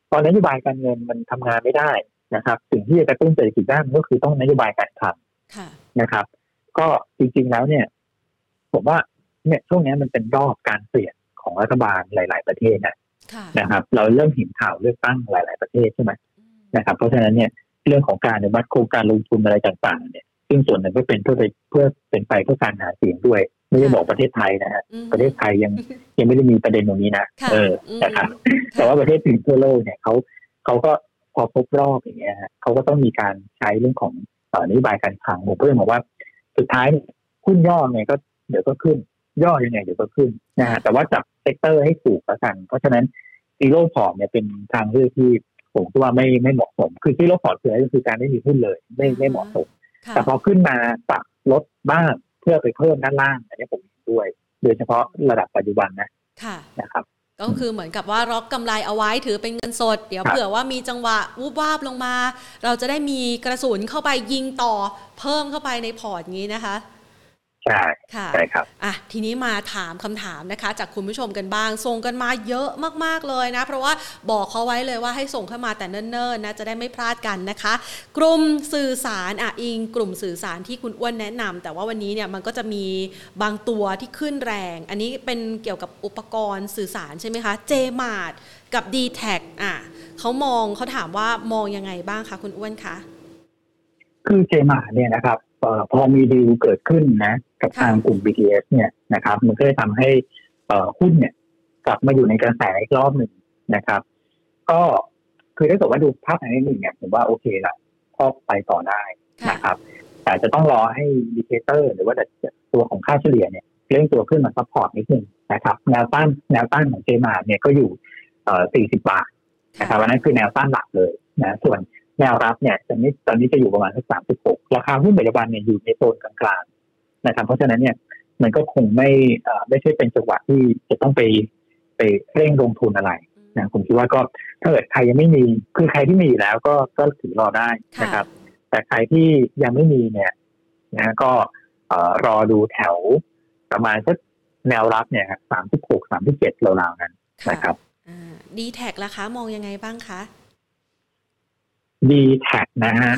[SPEAKER 2] พอนโยบายการเงินมันทำงานไม่ได้นะครับสิ่งที่จะกระตุ้นเศรษฐกิจได้มันก็คือต้องนโยบายการคลังนะครับก็จริงๆแล้วเนี่ยผมว่าเนี่ยช่วงนี้มันเป็นรอบการเปลี่ยนของรัฐบาลหลายๆประเทศนะนะครับเราเริ่มเห็นข่าวเลือกตั้งหลายๆประเทศใช่ไหมนะครับเพราะฉะนั้นเนี่ยเรื่องของการอนุมัติโครงการลงทุนอะไรต่างๆเนี่ยซึ่งส่วนหนึ่งก็เป็นเพื่อไปเพื่อเป็นไปเพื่อการหาเสียงด้วยไม่ได้บอกประเทศไทยนะฮะประเทศไทยยังยังไม่ได้มีประเด็นตรงนี้นะเออนะครับแต่ว่าประเทศอื่นทั่วโลกเนี่ยเขาเขาก็พอครบรอบอย่างเงี้ยเขาก็ต้องมีการใช้เรื่องของนโยบายการคลังผมเพื่อนบอกว่าสุดท้ายหุ้นย่อไงก็เดี๋ยวก็ขึ้นย่อยังไงเดี๋ยวก็ขึ้นนะฮะแต่ว่าจับเซกเตอร์ให้ถูกแล้วกันเพราะฉะนั้นซีโร่พอร์ตเนี่ยเป็นทางเลือกที่ผมคิดว่าไม่ไม่เหมาะสมคือซีโร่พอร์ตคือก็คือการไม่มีหุ้นเลยไม่ไม่เหมาะสมแต่พอขึ้นมาปรับลดบ้างเพื่อไปเพิ่มด้านล่างอันนี้ผมเห็นด้วยโดยเฉพาะระดับปัจจุบันนะนะครับ
[SPEAKER 1] ก็คือเหมือนกับว่าล็อกกำไรเอาไว้ถือเป็นเงินสดเดี๋ยวเผื่อว่ามีจังหวะวูบวาบลงมาเราจะได้มีกระสุนเข้าไปยิงต่อเพิ่มเข้าไปในพอร์ตงี้นะคะ
[SPEAKER 2] ใช่ใช่ครับ
[SPEAKER 1] อ่ะทีนี้มาถามคำถามนะคะจากคุณผู้ชมกันบ้างส่งกันมาเยอะมากๆเลยนะเพราะว่าบอกเขาไว้เลยว่าให้ส่งเข้ามาแต่เนิ่นๆนะจะได้ไม่พลาดกันนะคะกลุ่มสื่อสารอ่ะอิงกลุ่มสื่อสารที่คุณอ้วนแนะนำแต่ว่าวันนี้เนี่ยมันก็จะมีบางตัวที่ขึ้นแรงอันนี้เป็นเกี่ยวกับอุปกรณ์สื่อสารใช่ไหมคะ J-Mart กับ ดี แท็ก อ่ะเขามองเขาถามว่ามองยังไงบ้างคะคุณอ้วนคะ
[SPEAKER 2] คือ J-Mart เนี่ยนะครับพอมีดีลเกิดขึ้นนะกับทางกลุ่ม บี ที เอส เนี่ยนะครับมันก็เลยทำให้หุ้นเนี่ยกลับมาอยู่ในกระแสอีกรอบหนึ่งนะครับก็คือถ้าเกิดว่าดูภาพในหนึ่งเนี่ยผมว่าโอเคละก็ไปต่อได้นะครับแต่จะต้องรอให้อินดิเคเตอร์หรือว่าตัวของค่าเฉลี่ยเนี่ยเร่งตัวขึ้นมาซัพพอร์ตนิดนึงนะครับแนวต้านแนวต้านของ J-Mart เนี่ยก็อยู่สี่สิบบาทนะครับอันนั้นคือแนวต้านหลักเลยนะส่วนแนวรับเนี่ยตอนนี้ตอนนี้จะอยู่ประมาณสักสามสิบหกราคาหุ้นปัจจุบันเนี่ยอยู่ในโซนกลางๆนะครับเพราะฉะนั้นเนี่ยมันก็คงไม่ไม่ใช่เป็นจังหวะที่จะต้องไปไปเร่งลงทุนอะไรนะผมคิดว่าก็ถ้าเกิดใครยังไม่มีคือใครที่มีอยู่แล้วก็ก็ถือรอได้นะครับแต่ใครที่ยังไม่มีเนี่ยนะก็รอดูแถวประมาณสักแนวรับเนี่ยสามสิบหก สามสิบเจ็ดราวๆนั้นนะครับ
[SPEAKER 1] ดี แท็ก ราคามองยังไงบ้างคะ
[SPEAKER 2] ดี แท็ก นะฮะ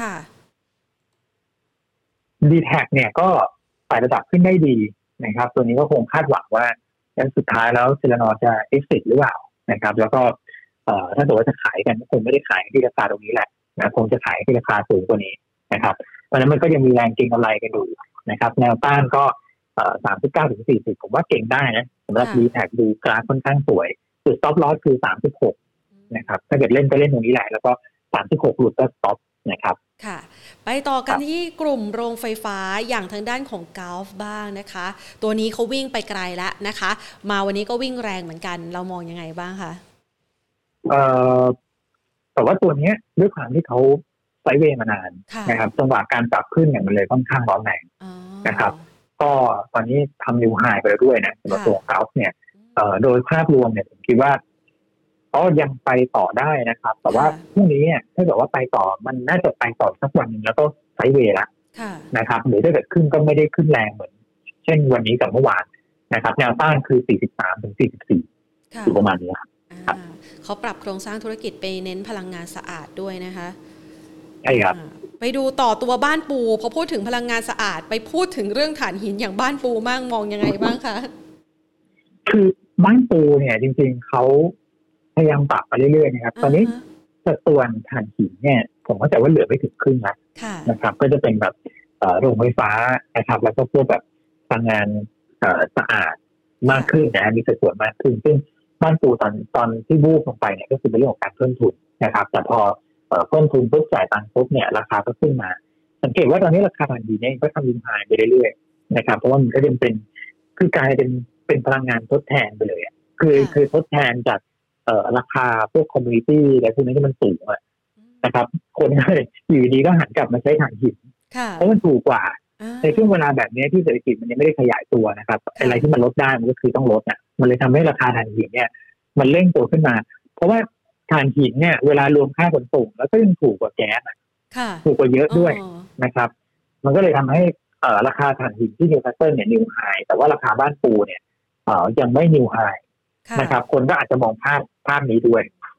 [SPEAKER 2] ดี แท็ก เนี่ยก็ไต่ระดับขึ้นได้ดีนะครับตัวนี้ก็คงคาดหวังว่าสุดท้ายแล้วเซเลนอจะ exit หรือเปล่านะครับแล้วก็ถ้าเกิดว่าจะขายกันคงไม่ได้ขายที่ราคาตรงนี้แหละนะคงจะขายที่ราคาสูงกว่านี้นะครับเพราะฉะนั้นมันก็ยังมีแรงเก็งกำไรกันอยู่นะครับแนวต้านก็สามสิบเก้าถึงสี่สิบผมว่าเก่งได้นะสำหรับ ดี แท็ก ดูกราฟค่อนข้างสวยจุด stop loss คือสามสิบหกนะครับถ้าเกิดเล่นก็เล่นตรงนี้แหละแล้วก็สามสิบหกหลุดก็สต็อปนะครับ
[SPEAKER 1] ค่ะไปต่อกันที่กลุ่มโรงไฟฟ้าอย่างทางด้านของกอล์ฟบ้างนะคะตัวนี้เขาวิ่งไปไกลแล้วนะคะมาวันนี้ก็วิ่งแรงเหมือนกันเรามองยังไงบ้างคะ
[SPEAKER 2] เอ่อแต่ว่าตัวนี้ด้วยความที่เขาไซด์เวย์มานานนะครับจังหวะการปรับขึ้นเนี่ยมันเลยค่อนข้างร้อนแรงนะครับก็ตอนนี้ทำนิวไฮไปแล้วด้วยนะสำหรับตัวกอล์ฟเนี่ยเอ่อโดยภาพรวมเนี่ยผมคิดว่าก็ยังไปต่อได้นะครับแต่ว่าพรุ่งนี้ถ้าเกิดว่าไปต่อมันน่าจะไปต่อสักวันนึงแล้วก็ไซด์เวย์ละนะครับหรือถ้าเกิดขึ้นก็ไม่ได้ขึ้นแรงเหมือนเช่นวันนี้กับเมื่อวานนะครับแนวต้านคือสี่สิบสามถึงสี่สิบสี่อยู่ประมาณนี้ครับ
[SPEAKER 1] เขาปรับโครงสร้างธุรกิจไปเน้นพลังงานสะอาดด้วยนะคะ
[SPEAKER 2] ใช่ครับ
[SPEAKER 1] ไปดูต่อตัวบ้านปูพอพูดถึงพลังงานสะอาดไปพูดถึงเรื่องถ่านหินอย่างบ้านปูมั่งมองยังไงบ้างคะ
[SPEAKER 2] คือบ้านปูเนี่ยจริงๆเขาพยายามปรับไปเรื่อยๆนะครับตอนนี้สัดส่วนถ่านหินเนี่ยผมเข้าใจว่าเหลือไม่ถึงครึ่งแล้วนะครับก็จะเป็นแบบโรงไฟฟ้านะครับแล้วก็พวกแบบพลังงานสะอาดมากขึ้นนะมีสัดส่วนมากขึ้นซึ่งบ้านปูตอนตอนที่บู๊ลงไปเนี่ยก็คือเป็นเรื่องของการเพิ่มทุนนะครับแต่พอเพิ่มทุนปุ๊บจ่ายตังค์ปุ๊บเนี่ยราคาก็ขึ้นมาสังเกตว่าตอนนี้ราคาถ่านหินเนี่ยก็ทำยิงไฮไปเรื่อยๆนะครับเพราะว่ามันก็จะเป็นคือกลายเป็นเป็นพลังงานทดแทนไปเลยคือคือทดแทนจากเอ่อราคาพวกคอมมูนิตี้อะไรพวกนี้ที่มันสูงอ่ะนะครับคนก็เลยอยู่ดีก็หันกลับมาใช้ถ่านหินเพราะมันถูกกว่าในช่วงเวลาแบบนี้ที่เศรษฐกิจมันยังไม่ได้ขยายตัวนะครับอะไรที่มันลดได้มันก็คือต้องลดอ่ะมันเลยทำให้ราคาถ่านหินเนี่ยมันเร่งตัวขึ้นมาเพราะว่าถ่านหินเนี่ยเวลารวมค่าขนส่งแล้วก็ยังถูกกว่าแก๊สถูกกว่าเยอะด้วยนะครับมันก็เลยทำให้เอ่อราคาถ่านหินที่นิวคาสเซิลเนี่ยนิวไฮแต่ว่าราคาบ้านปูเนี่ยเอ่อยังไม่นิวไฮนะครับคนก็อาจจะมองภาพภาพนี้ด้วย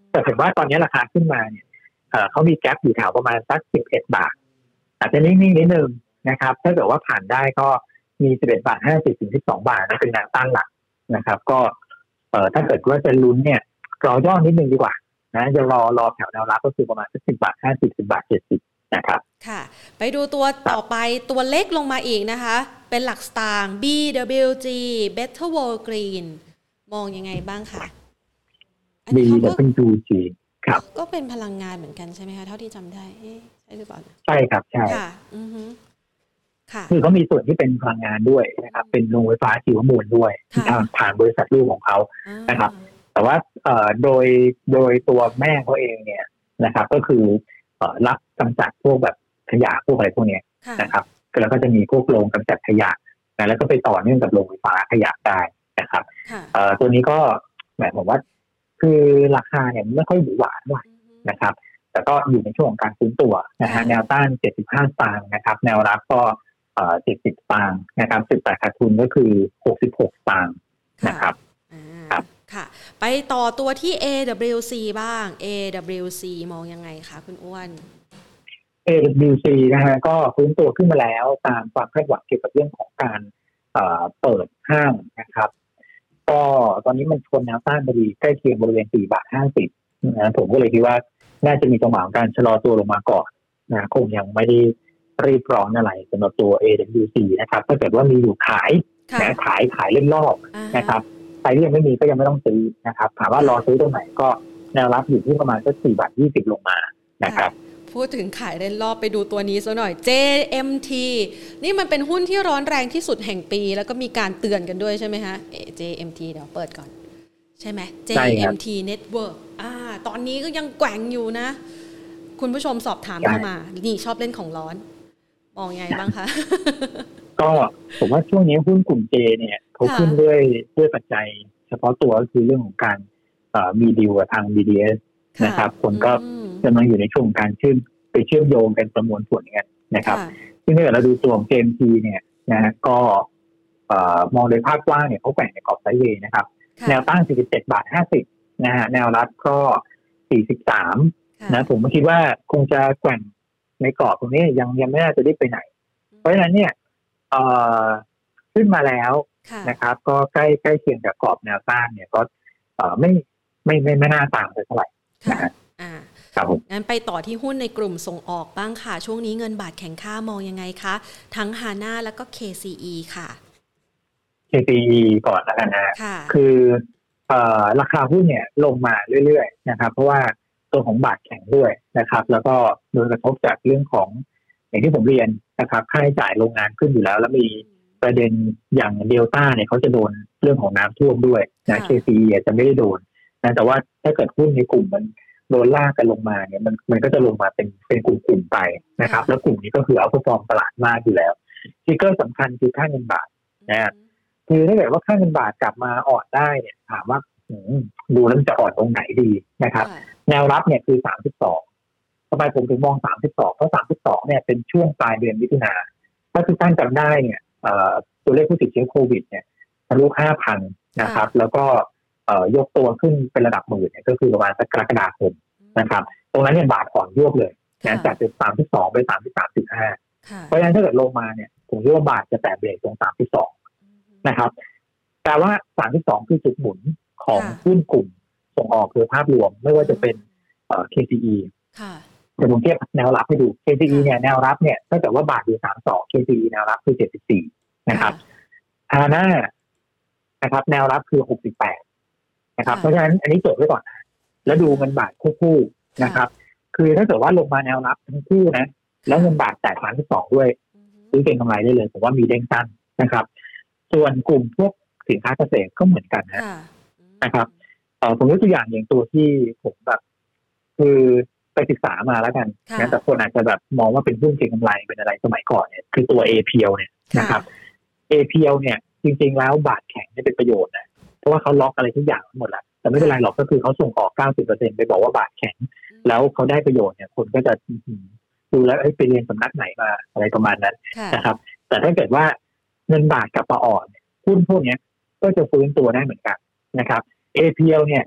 [SPEAKER 2] แต่ผมว่าตอนนี้ราคาขึ้นมาเนี่ยเอ่อเขามีแกปอยู่แถวประมาณสักสิบเอ็ดบาทอาจจะนิ่งๆนิดนึงนะครับถ้าเกิดว่าผ่านได้ก็มีสิบเอ็ดบาทห้าสิบถึงสิบสองบาทนั่นเป็นแนวต้านหลักนะครับก็เอ่อถ้าเกิดว่าจะลุ้นเนี่ยรอย่อนิดนึงดีกว่านะจะรอรอแถวแนวรับก็คือประมาณสักสิบบาทห้าสิบ สิบบาทเจ็ดสิบนะครับ
[SPEAKER 1] ค่ะไปดูตัวต่อไปตัวเล็กลงมาอีกนะคะเป็นหลักสตางค์ บี ดับเบิลยู จี Better World Green มองยังไงบ้างคะ
[SPEAKER 2] บี ดับเบิลยู จี ครับ
[SPEAKER 1] ก็เป็นพลังงานเหมือนกันใช่ไหมคะเท่าที่จำได้ใช่หรือเปล่า
[SPEAKER 2] ใช่ครับใช่
[SPEAKER 1] ค่ะอือฮึค่ะ
[SPEAKER 2] คือเขามีส่วนที่เป็นพลังงานด้วยนะครับเป็นโรงไฟฟ้าชีวมวลด้วยผ่านบริษัทลูกของเขานะครับแต่ว่าโดยโดยตัวแม่เขาเองเนี่ยนะครับก็คือรับกำจัดพวกแบบขยะพวกอะไรพวกนี้นะครับแล้วก็จะมีพวกโรงกำจัดขยะแล้วก็ไปต่อเนื่องกับโรงไฟฟ้าขยะได้นะครับตัวนี้ก็หมายความว่าคือราคาเนี่ยไม่ค่อยหวือหวาด้วยนะครับแต่ก็อยู่ในช่วงของการฟื้นตัวนะฮะแนวต้านเจ็ดสิบห้าสตางค์นะครับแนวรับก็เอ่อเจ็ดสิบสตางค์นะครับสิบแปดขาดทุนก็คือหกสิบหกสตางค์นะครับ
[SPEAKER 1] ครับค่ะไปต่อตัวที่ เอ ดับเบิลยู ซี บ้าง เอ ดับเบิลยู ซี มองยังไงคะคุณอ้วน
[SPEAKER 2] เอ ดับเบิลยู ซี นะฮะก็ฟื้นตัวขึ้นมาแล้วตามความคาดหวังเกี่ยวกับเรื่องของการเอ่อเปิดห้างนะครับก็ตอนนี้มันชนแนวต้านพอดีใกล้เคียงบริเวณสี่บาทห้าสิบนะผมก็เลยคิดว่าน่าจะมีจังหวะการชะลอตัวลงมาก่อนนะคงยังไม่ได้รีบร้อนอะไรสำหรับตัว เอ ดับเบิลยู ซี นะครับถ้าเกิดว่ามีอยู่ขายนะขายขายเล่นรอบนะครับใครที่ยังไม่มีก็ยังไม่ต้องซื้อนะครับถามว่ารอซื้อตรงไหนก็แนวรับอยู่ที่ประมาณสักสี่บาทยี่สิบลงมานะครับ
[SPEAKER 1] พูดถึงขายเล่นรอบไปดูตัวนี้ซะหน่อย เจ เอ็ม ที นี่มันเป็นหุ้นที่ร้อนแรงที่สุดแห่งปีแล้วก็มีการเตือนกันด้วยใช่ไหมฮะ เจ เอ็ม ที เดี๋ยวเปิดก่อนใช่ไหม เจ เอ็ม ที Network อ่าตอนนี้ก็ยังแกว่งอยู่นะคุณผู้ชมสอบถามเข้ามานี่ชอบเล่นของร้อนมองไงบ้างคะ
[SPEAKER 2] ก็ผมว่าช่วงนี้หุ้นกลุ่ม J เนี่ยเขาขึ้นด้วยด้วยปัจจัยเฉพาะตัวก็คือเรื่องของการมีดีลกับทาง บี ดี เอส นะครับคนก็กำลังอยู่ในช่วงการเชื่อมไปเชื่อมโยงกันประมวลผลกันนะครับซึ่งถ้าเราดูตัวของ เจ เอ็ม ที เนี่ยนะก็มองโดยภาพกว้างเนี่ยเขาแกว่งในกรอบไซด์เวย์นะครับแนวต้านสี่สิบเจ็ดบาทห้าสิบนะฮะแนวรับก็สี่สิบสามนะผมคิดว่าคงจะแกว่งในกรอบตรงนี้ยังยังไม่น่าจะได้ไปไหนเพราะฉะนั้นเนี่ยเอ่อขึ้นมาแล้วนะครับก็ใกล้ใกล้เคียงกับกรอบแนวต้านเนี่ยก็เอ่อไม่ไม่ไม่ไม่น่าต่างเท่าไหร่นะฮะ
[SPEAKER 1] ครับผมงั้นไปต่อที่หุ้นในกลุ่มส่งออกบ้างค่ะช่วงนี้เงินบาทแข็งค่ามองยังไงคะทั้ง Hana แล้วก็ เค ซี อี ค่ะ
[SPEAKER 2] เค ซี อี ก่อนแล้วกันนะคือเอ่อราคาหุ้นเนี่ยลงมาเรื่อยๆนะครับเพราะว่าตัวของบาทแข็งด้วยนะครับแล้วก็โดนกระทบจากเรื่องของอย่างที่ผมเรียนนะครับค่าใช้จ่ายโรงงานขึ้นอยู่แล้วแล้วมีประเด็นอย่างเดลต้าเนี่ยเขาจะโดนเรื่องของน้ำท่วมด้วยนะ เค ซี อี จะไม่ได้โดนนะแต่ว่าถ้าเกิดหุ้นในกลุ่มมันโดนลากกันลงมาเนี่ยมันมันก็จะลงมาเป็นเป็นกลุ่มๆไปนะครับแล้วกลุ่มนี้ก็คือเอาพอฟอร์มตลาดมากอยู่แล้วทิกเกอร์สำคัญคือค่าเงินบาทนะคือถ้าเกิดว่าค่าเงินบาทกลับมาอ่อนได้เนี่ยถามว่าดูแล้วจะอ่อนตรงไหนดีนะครับแนวรับเนี่ยคือสามสิบสองทำไมผมถึงมองสามสิบสองเพราะสามสิบสองเนี่ยเป็นช่วงปลายเดือนมิถุนายนถ้าทุกท่านจำได้เนี่ยตัวเลขผู้ติดเชื้อโควิดเนี่ยทะลุ ห้าพัน นะครับแล้วก็ยกตัวขึ้นเป็นระดับหมื่นเนี่ยก็คือประมาณสักกรกฎาคมนะครับตรงนั้นเนี่ยบาทอ่อนยวบเลยนะจากจากสามสิบสองไปสามสิบสามจุดห้าเพราะฉะนั้นถ้าเกิดลงมาเนี่ยผมคิดว่าบาทจะแตะเบรกตรงสามสิบสองนะครับแต่ว่าสามสิบสองคือจุดหมุนของหุ้นกลุ่มส่งออกโดยภาพรวมไม่ว่าจะเป็นเอ่อ เค ซี อี ค่ะเดี๋ยวผมเทียบแนวรับให้ดู เค ซี อี เนี่ยแนวรับเนี่ยถ้าเกิดว่าบาทอยู่สามสิบสอง เค ซี อี แนวรับคือเจ็ดสิบสี่นะครับ Hana นะครับแนวรับคือหกสิบแปดนะครับเพราะฉะนั้นอันนี้จดไว้ก่อนแล้วดูเงินบาทคู่ๆนะครับคือถ้าเกิดว่าลงมาแนวรับทั้งคู่นะแล้วเงินบาทแตะสามสิบสองด้วยซื้อเก็งกำไรได้เลยผมว่ามีเด้งสั้นนะครับส่วนกลุ่มพวกสินค้าเกษตรก็เหมือนกันนะนะครับเอ่อผมยกตัวอย่างอย่างตัวที่ผมแบบคือไปศึกษามาแล้วกันนะแต่คนอาจจะแบบมองว่าเป็นหุ้นเก็งกำไรเป็นอะไรสมัยก่อนเนี่ยคือตัว เอ พี แอล เนี่ยนะครับ เอ พี แอล เนี่ยจริงๆแล้วบาทแข็งเนี่ยเป็นประโยชน์นะเพราะว่าเขาล็อกอะไรทุกอย่างหมดแล้วแต่ไม่เป็นไรหรอกก็คือเขาส่งออก เก้าสิบเปอร์เซ็นต์ ไปบอกว่าบาทแข็งแล้วเขาได้ประโยชน์เนี่ยคนก็จะดูแล้วไปเรียนสำนักไหนมาอะไรประมาณนั้นนะครับแต่ถ้าเกิดว่าเงินบาทกลับมาอ่อนหุ้นพวกนี้ก็จะฟื้นตัวได้เหมือนกันนะครับ เอ พี แอล เนี่ย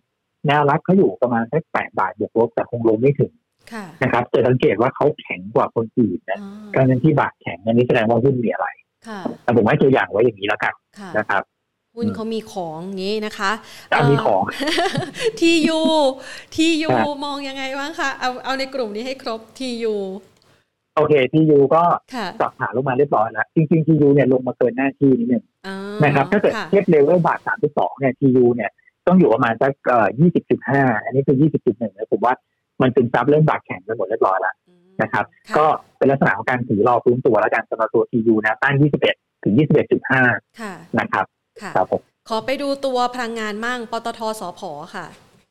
[SPEAKER 2] แนวรับเขาอยู่ประมาณสักแปดบาทบวกลบแต่คงลงไม่ถึงนะครับจะสังเกตว่าเขาแข็งกว่าคนอื่นนะการเงินที่บาทแข็งอันนี้แสดงว่าหุ้นมีอะไรแต่ผมให้ตัวอย่างไว้อย่างนี้แล้วกันนะครับ
[SPEAKER 1] หุ้นเขามีของงี้นะคะ
[SPEAKER 2] มีของ
[SPEAKER 1] ที ยู ที ยู มองยังไงบ้างคะเอาเอาในกลุ่มนี้ให้ครบ ที ยู
[SPEAKER 2] โอเค ที ยู ก็ปรับฐานลงมาเรียบร้อยแล้วจริงๆ ที ยู เนี่ยลงมาเกินหน้าที่นิดนึงนะครับถ้าเกิดเทียบเลเวลบาทสามสิบสองเนี่ย ที ยู เนี่ยต้องอยู่ประมาณสักเอ่อ ยี่สิบจุดห้า อันนี้คือ ยี่สิบจุดหนึ่ง นะผมว่ามันเป็นซับเริ่มบาทแข็งไปหมดเรียบร้อยแล้วนะครับก็เป็นลักษณะของการถือรอฟื้นตัวแล้วกันสำหรับตัว ที ยู นะต้านยี่สิบเอ็ดถึงยี่สิบเอ็ดจุดห้า นะครับ
[SPEAKER 1] ครับผมขอไปดูตัวพลังงานมั่งปตท.สผ.ค่ะ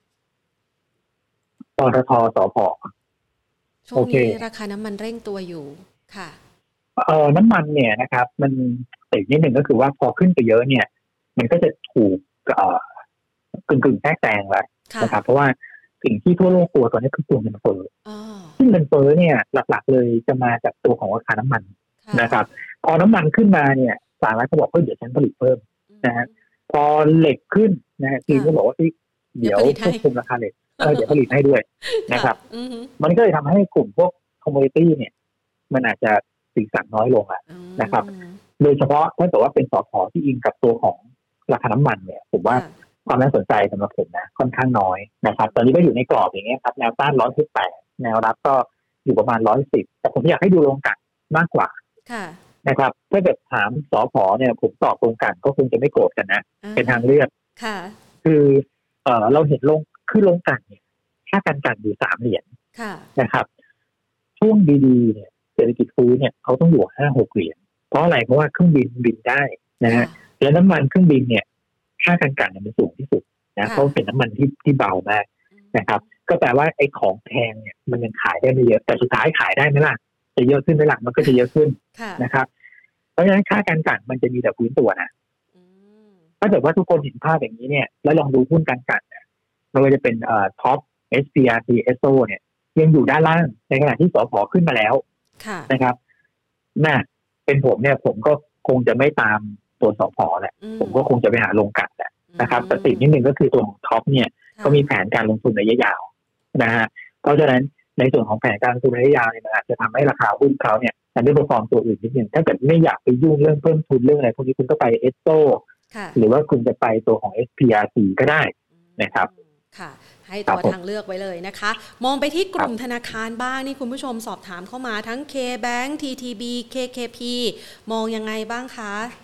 [SPEAKER 2] ปตท.สผ.
[SPEAKER 1] ช่วงนี้ราคาน้ำมันเร่งตัวอยู่ค่ะ
[SPEAKER 2] เอ่อน้ำมันเนี่ยนะครับมันติดนิดหนึ่งก็คือว่าพอขึ้นไปเยอะเนี่ยมันก็จะถูกเอ่อกึ่งๆแทรกแซงแล้วนะครับเพราะว่าสิ่งที่ทั่วโลกกลัวตอนนี้คือตัวเงินเฟ้อซึ่งเงินเฟ้อเนี่ยหลักๆเลยจะมาจากตัวของราคาน้ำมันนะครับพอน้ำมันขึ้นมาเนี่ยสหรัฐก็บอกว่าเดี๋ยวฉันผลิตเพิ่มนะฮะพอเหล็กขึ้นนะฮะจีนก็บอกว่าเดี๋ยวควบคุมราคาเหล็กเออเดี๋ยวผลิตให้ด้วยนะครับมันก็เลยทำให้กลุ่มพวกคอมโมดิตี้เนี่ยมันอาจจะสีสันน้อยลงอ่ะนะครับโดยเฉพาะถ้าเกิดว่าเป็นสผ.ที่อิงกับตัวของราคาน้ำมันเนี่ยผมว่าความน่าสนใจสำหรับผมนะค่อนข้างน้อยนะครับตอนนี้ก็อยู่ในกรอบอย่างเงี้ยครับแนวต้านหนึ่งร้อยสิบแปดแนวรับก็อยู่ประมาณหนึ่งร้อยสิบแต่ผมอยากให้ดูลงกันมากกว่านะครับถ้าเกิดถามสผ.เนี่ยผมตอบตรงกันก็คงจะไม่โกรธกันนะเป็นทางเลือกคือเอ่อเราเห็นลงคือลงกันเนี่ยค่าการกันอยู่สามเหรียญนะครับช่วงดีๆเนี่ยเศรษฐกิจฟื้นเนี่ยเขาต้องอยู่ห้าหกเหรียญเพราะอะไรเพราะว่าเครื่องบินบินได้นะฮะแล้วน้ำมันเครื่องบินเนี่ยค่าการกันมันสูงที่สุดนะเพราะเป็นน้ำมันที่ที่เบามากนะครับก็แปลว่าไอ้ของแพงเนี่ยมันยังขายได้ไม่เยอะแต่สุดท้ายขายได้ไหมล่ะจะเยอะขึ้นไหมล่ะมันก็จะเยอะขึ้นนะครับเพราะฉะนั้นค่าการกันมันจะมีแต่พื้นตัวนะถ้าเกิดว่าทุกคนเห็นภาพอย่างนี้เนี่ยแล้วลองดูหุ้นการกันเนี่ยไม่ว่าจะเป็นเอ่อท็อป เอส พี อาร์ ที เอส โอ เนี่ยยังอยู่ด้านล่างในขณะที่สผ.ขึ้นมาแล้วนะครับน่ะเป็นผมเนี่ยผมก็คงจะไม่ตามตัวสผ.แหละผมก็คงจะไปหาลงกันแหละนะครับแต่สิ่งนิดนึงก็คือตัวของท็อปเนี่ยก็มีแผนการลงทุนระยะยาวนะฮะเพราะฉะนั้นในส่วนของแผนการลงทุนระยะยาวเนี่ยมันอาจจะทำให้ราคาหุ้นเขาเนี่ยมันได้เปอร์ฟอร์มตัวอื่นนิดนึงถ้าเกิดไม่อยากไปยุ่งเรื่องเพิ่มทุนเรื่องอะไรพวกนี้คุณก็ไปเอสโซหรือว่าคุณจะไปตัวของ เอส พี อาร์ ที ก็ได้นะครับ
[SPEAKER 1] ค่ะให้ตัวทางเลือกไว้เลยนะคะมองไปที่กลุ่มธนาคารบ้างนี่คุณผู้ชมสอบถามเข้ามาทั้ง K-Bank ที ที บี เค เค พี มองยังไงบ้างคะ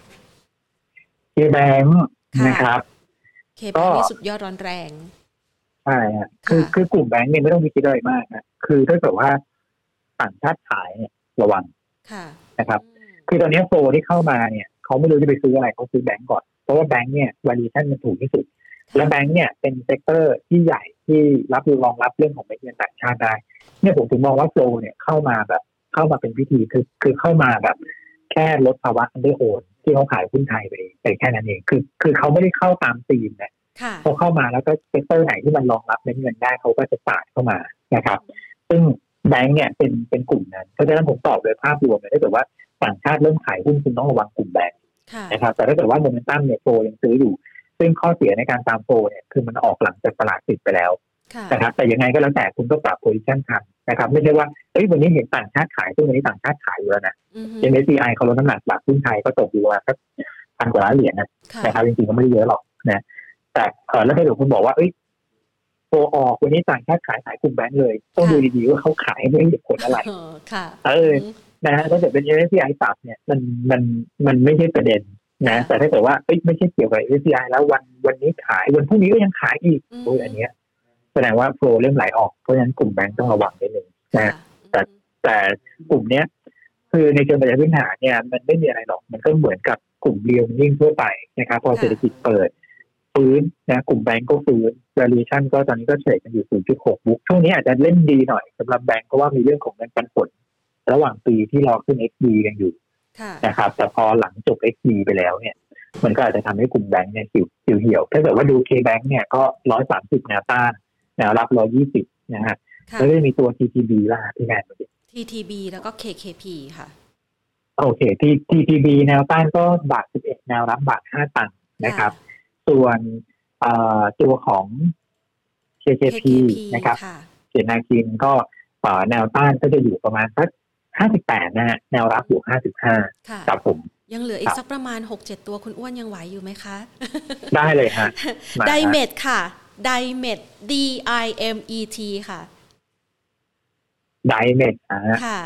[SPEAKER 2] K-Bank นะครับ
[SPEAKER 1] K-Bank นี่สุดยอดร้อนแรง
[SPEAKER 2] ใช่ฮะคือคือกลุ่มแบงก์เนี่ยไม่ต้องมีคิดอะไรมากนะคือถ้าเกิดว่าต่างชาติขายเนี่ยระวังนะครับคือตอนนี้โฟที่เข้ามาเนี่ยเขาไม่รู้จะไปซื้ออะไรเขาซื้อแบงก์ก่อนเพราะว่าแบงก์เนี่ย valuation มันถูกที่สุดและแบงก์เนี่ยเป็นเซกเตอร์ที่ใหญ่ที่รับรองรับเรื่องของเม็ดเงินต่างชาติได้เนี่ยผมถึงมองว่าโฟเนี่ยเข้ามาแบบเข้ามาเป็นพิธีคือคือเข้ามาแบบแค่ลดภาวะอันเดอร์โอนที่เขาขายหุ้นไทยไปไปแค่นั้นเองคือคือเขาไม่ได้เข้าตามธีมนะพอเข้ามาแล้วก็เซกเตอร์ไหนที่มันรองรับเม็ดเงินได้เขาก็จะปาดเข้ามานะครับซึ่งแบงก์เนี่ยเป็นเป็นกลุ่มนั้นเพราะฉะนั้นผมตอบโดยภาพรวมเลยถ้าเกิดว่าต่างชาติเริ่มขายหุ้นคุณต้องระวังกลุ่มแบงก์นะครับแต่ถ้าเกิดว่าโมเมนตัมเนี่ยโฟยังซื้ออยู่ซึ่งข้อเสียในการตามโฟเนี่ยคือมันออกหลังจากตลาดปิดไปแล้วนะครับแต่ยังไงก็แล้วแต่คุณก็ปรับโพซิชั่นทันนะครับไม่ใช่ว่าเอ้ยวันนี้เห็นต่างชาติขายซึ่งวันนี้ต่างชาติขายอยู่แล้วนะ เอ็ม เอส ซี ไอ เขาลดน้ำหนักหลักหุ้นไทยก็ตกอยู่ว่าสักพันกว่าล้านเหรียญนะนะครับจริงๆก็ไม่ได้เยอะหรอกนะแต่เออแล้วถ้าเกิดคุณบอกว่าเอ้ยโฟออกวันนี้ต่างชาติขายขายกลุ่มแบงก์เลยต้องดูดีๆว่าเขาขายด้วยเหตุผลอะไรเออนะฮะถ้าเกิดเป็น เอ็ม เอส ซี ไอ ปรับเนี่ยมันมันมันไม่ใช่ประเด็นนะแต่ถ้าเกิดว่าเอ้ยไม่ใช่เกี่ยวกับ เอ็ม เอส ซี ไอ แล้ววันวันนี้ขายวันพรุ่งนี้ก็ยังขายอีกโอ้ยอันเนี้ยแสดงว่าโฟเริ่มไหลออกเพราะฉะนั้นกลุ่มแบงก์ต้องระวังนิดนึงนะแต่แต่กลุ่มเนี้ยคือในเชิงปัจจัยพื้นฐานเนี่ยมันไม่มีอะไรหรอกมันก็เหมือนกับกลุ่มเรียวนิ่งทั่วไปนะครับพอเศรษฐกิจเปิดฟื้นนะกลุ่มแบงก์ก็ฟื้น valuation ก็ตอนนี้ก็เฉลี่ยกันอยู่ ศูนย์จุดหก บุ๊กช่วงนี้อาจจะเล่นดีหน่อยสำหรับแบงก์เพราะว่ามีเรื่องของเงินปันผลระหว่างปีที่รอขึ้น เอ็กซ์ ดี กันอยู่นะครับแต่พอหลังจบ เอ็กซ์ ดี ไปแล้วเนี่ยมันก็อาจจะทำให้กลุ่มแบงก์เนี่ยสิวเหี่ยวถ้าเกิดว่าดู K-Bank เนี่ยก็หนึ่งร้อยสามสิบแนวต้านแนวรับหนึ่งร้อยยี่สิบนะฮะแล้วก็มีตัว ที ที บี ล่ะที่แนน
[SPEAKER 1] ที ที บี แล้วก็ เค เค พี ค่ะ
[SPEAKER 2] โอเคที่ ที ที บี แนวต้านก็บาทสิบเอ็ดแนวรับบาทห้าตังค์นะครับส่วนตัวของเค พี นะครับเขียนนาคินก็แนวต้านก็จะอยู่ประมาณสักห้าสิบแปดนะฮะแนวรับอยู่ห้าสิบห้าครับผม
[SPEAKER 1] ยังเหลืออีกสักประมาณ หกเจ็ด ตัวคุณอ้วนยังไหวอยู่ไหมคะ
[SPEAKER 2] ได้เลยฮะ
[SPEAKER 1] ไดเมทค่ะไดเมท D I M E T ค่ะ
[SPEAKER 2] ไดเมทอ่ะ
[SPEAKER 1] ค่ะ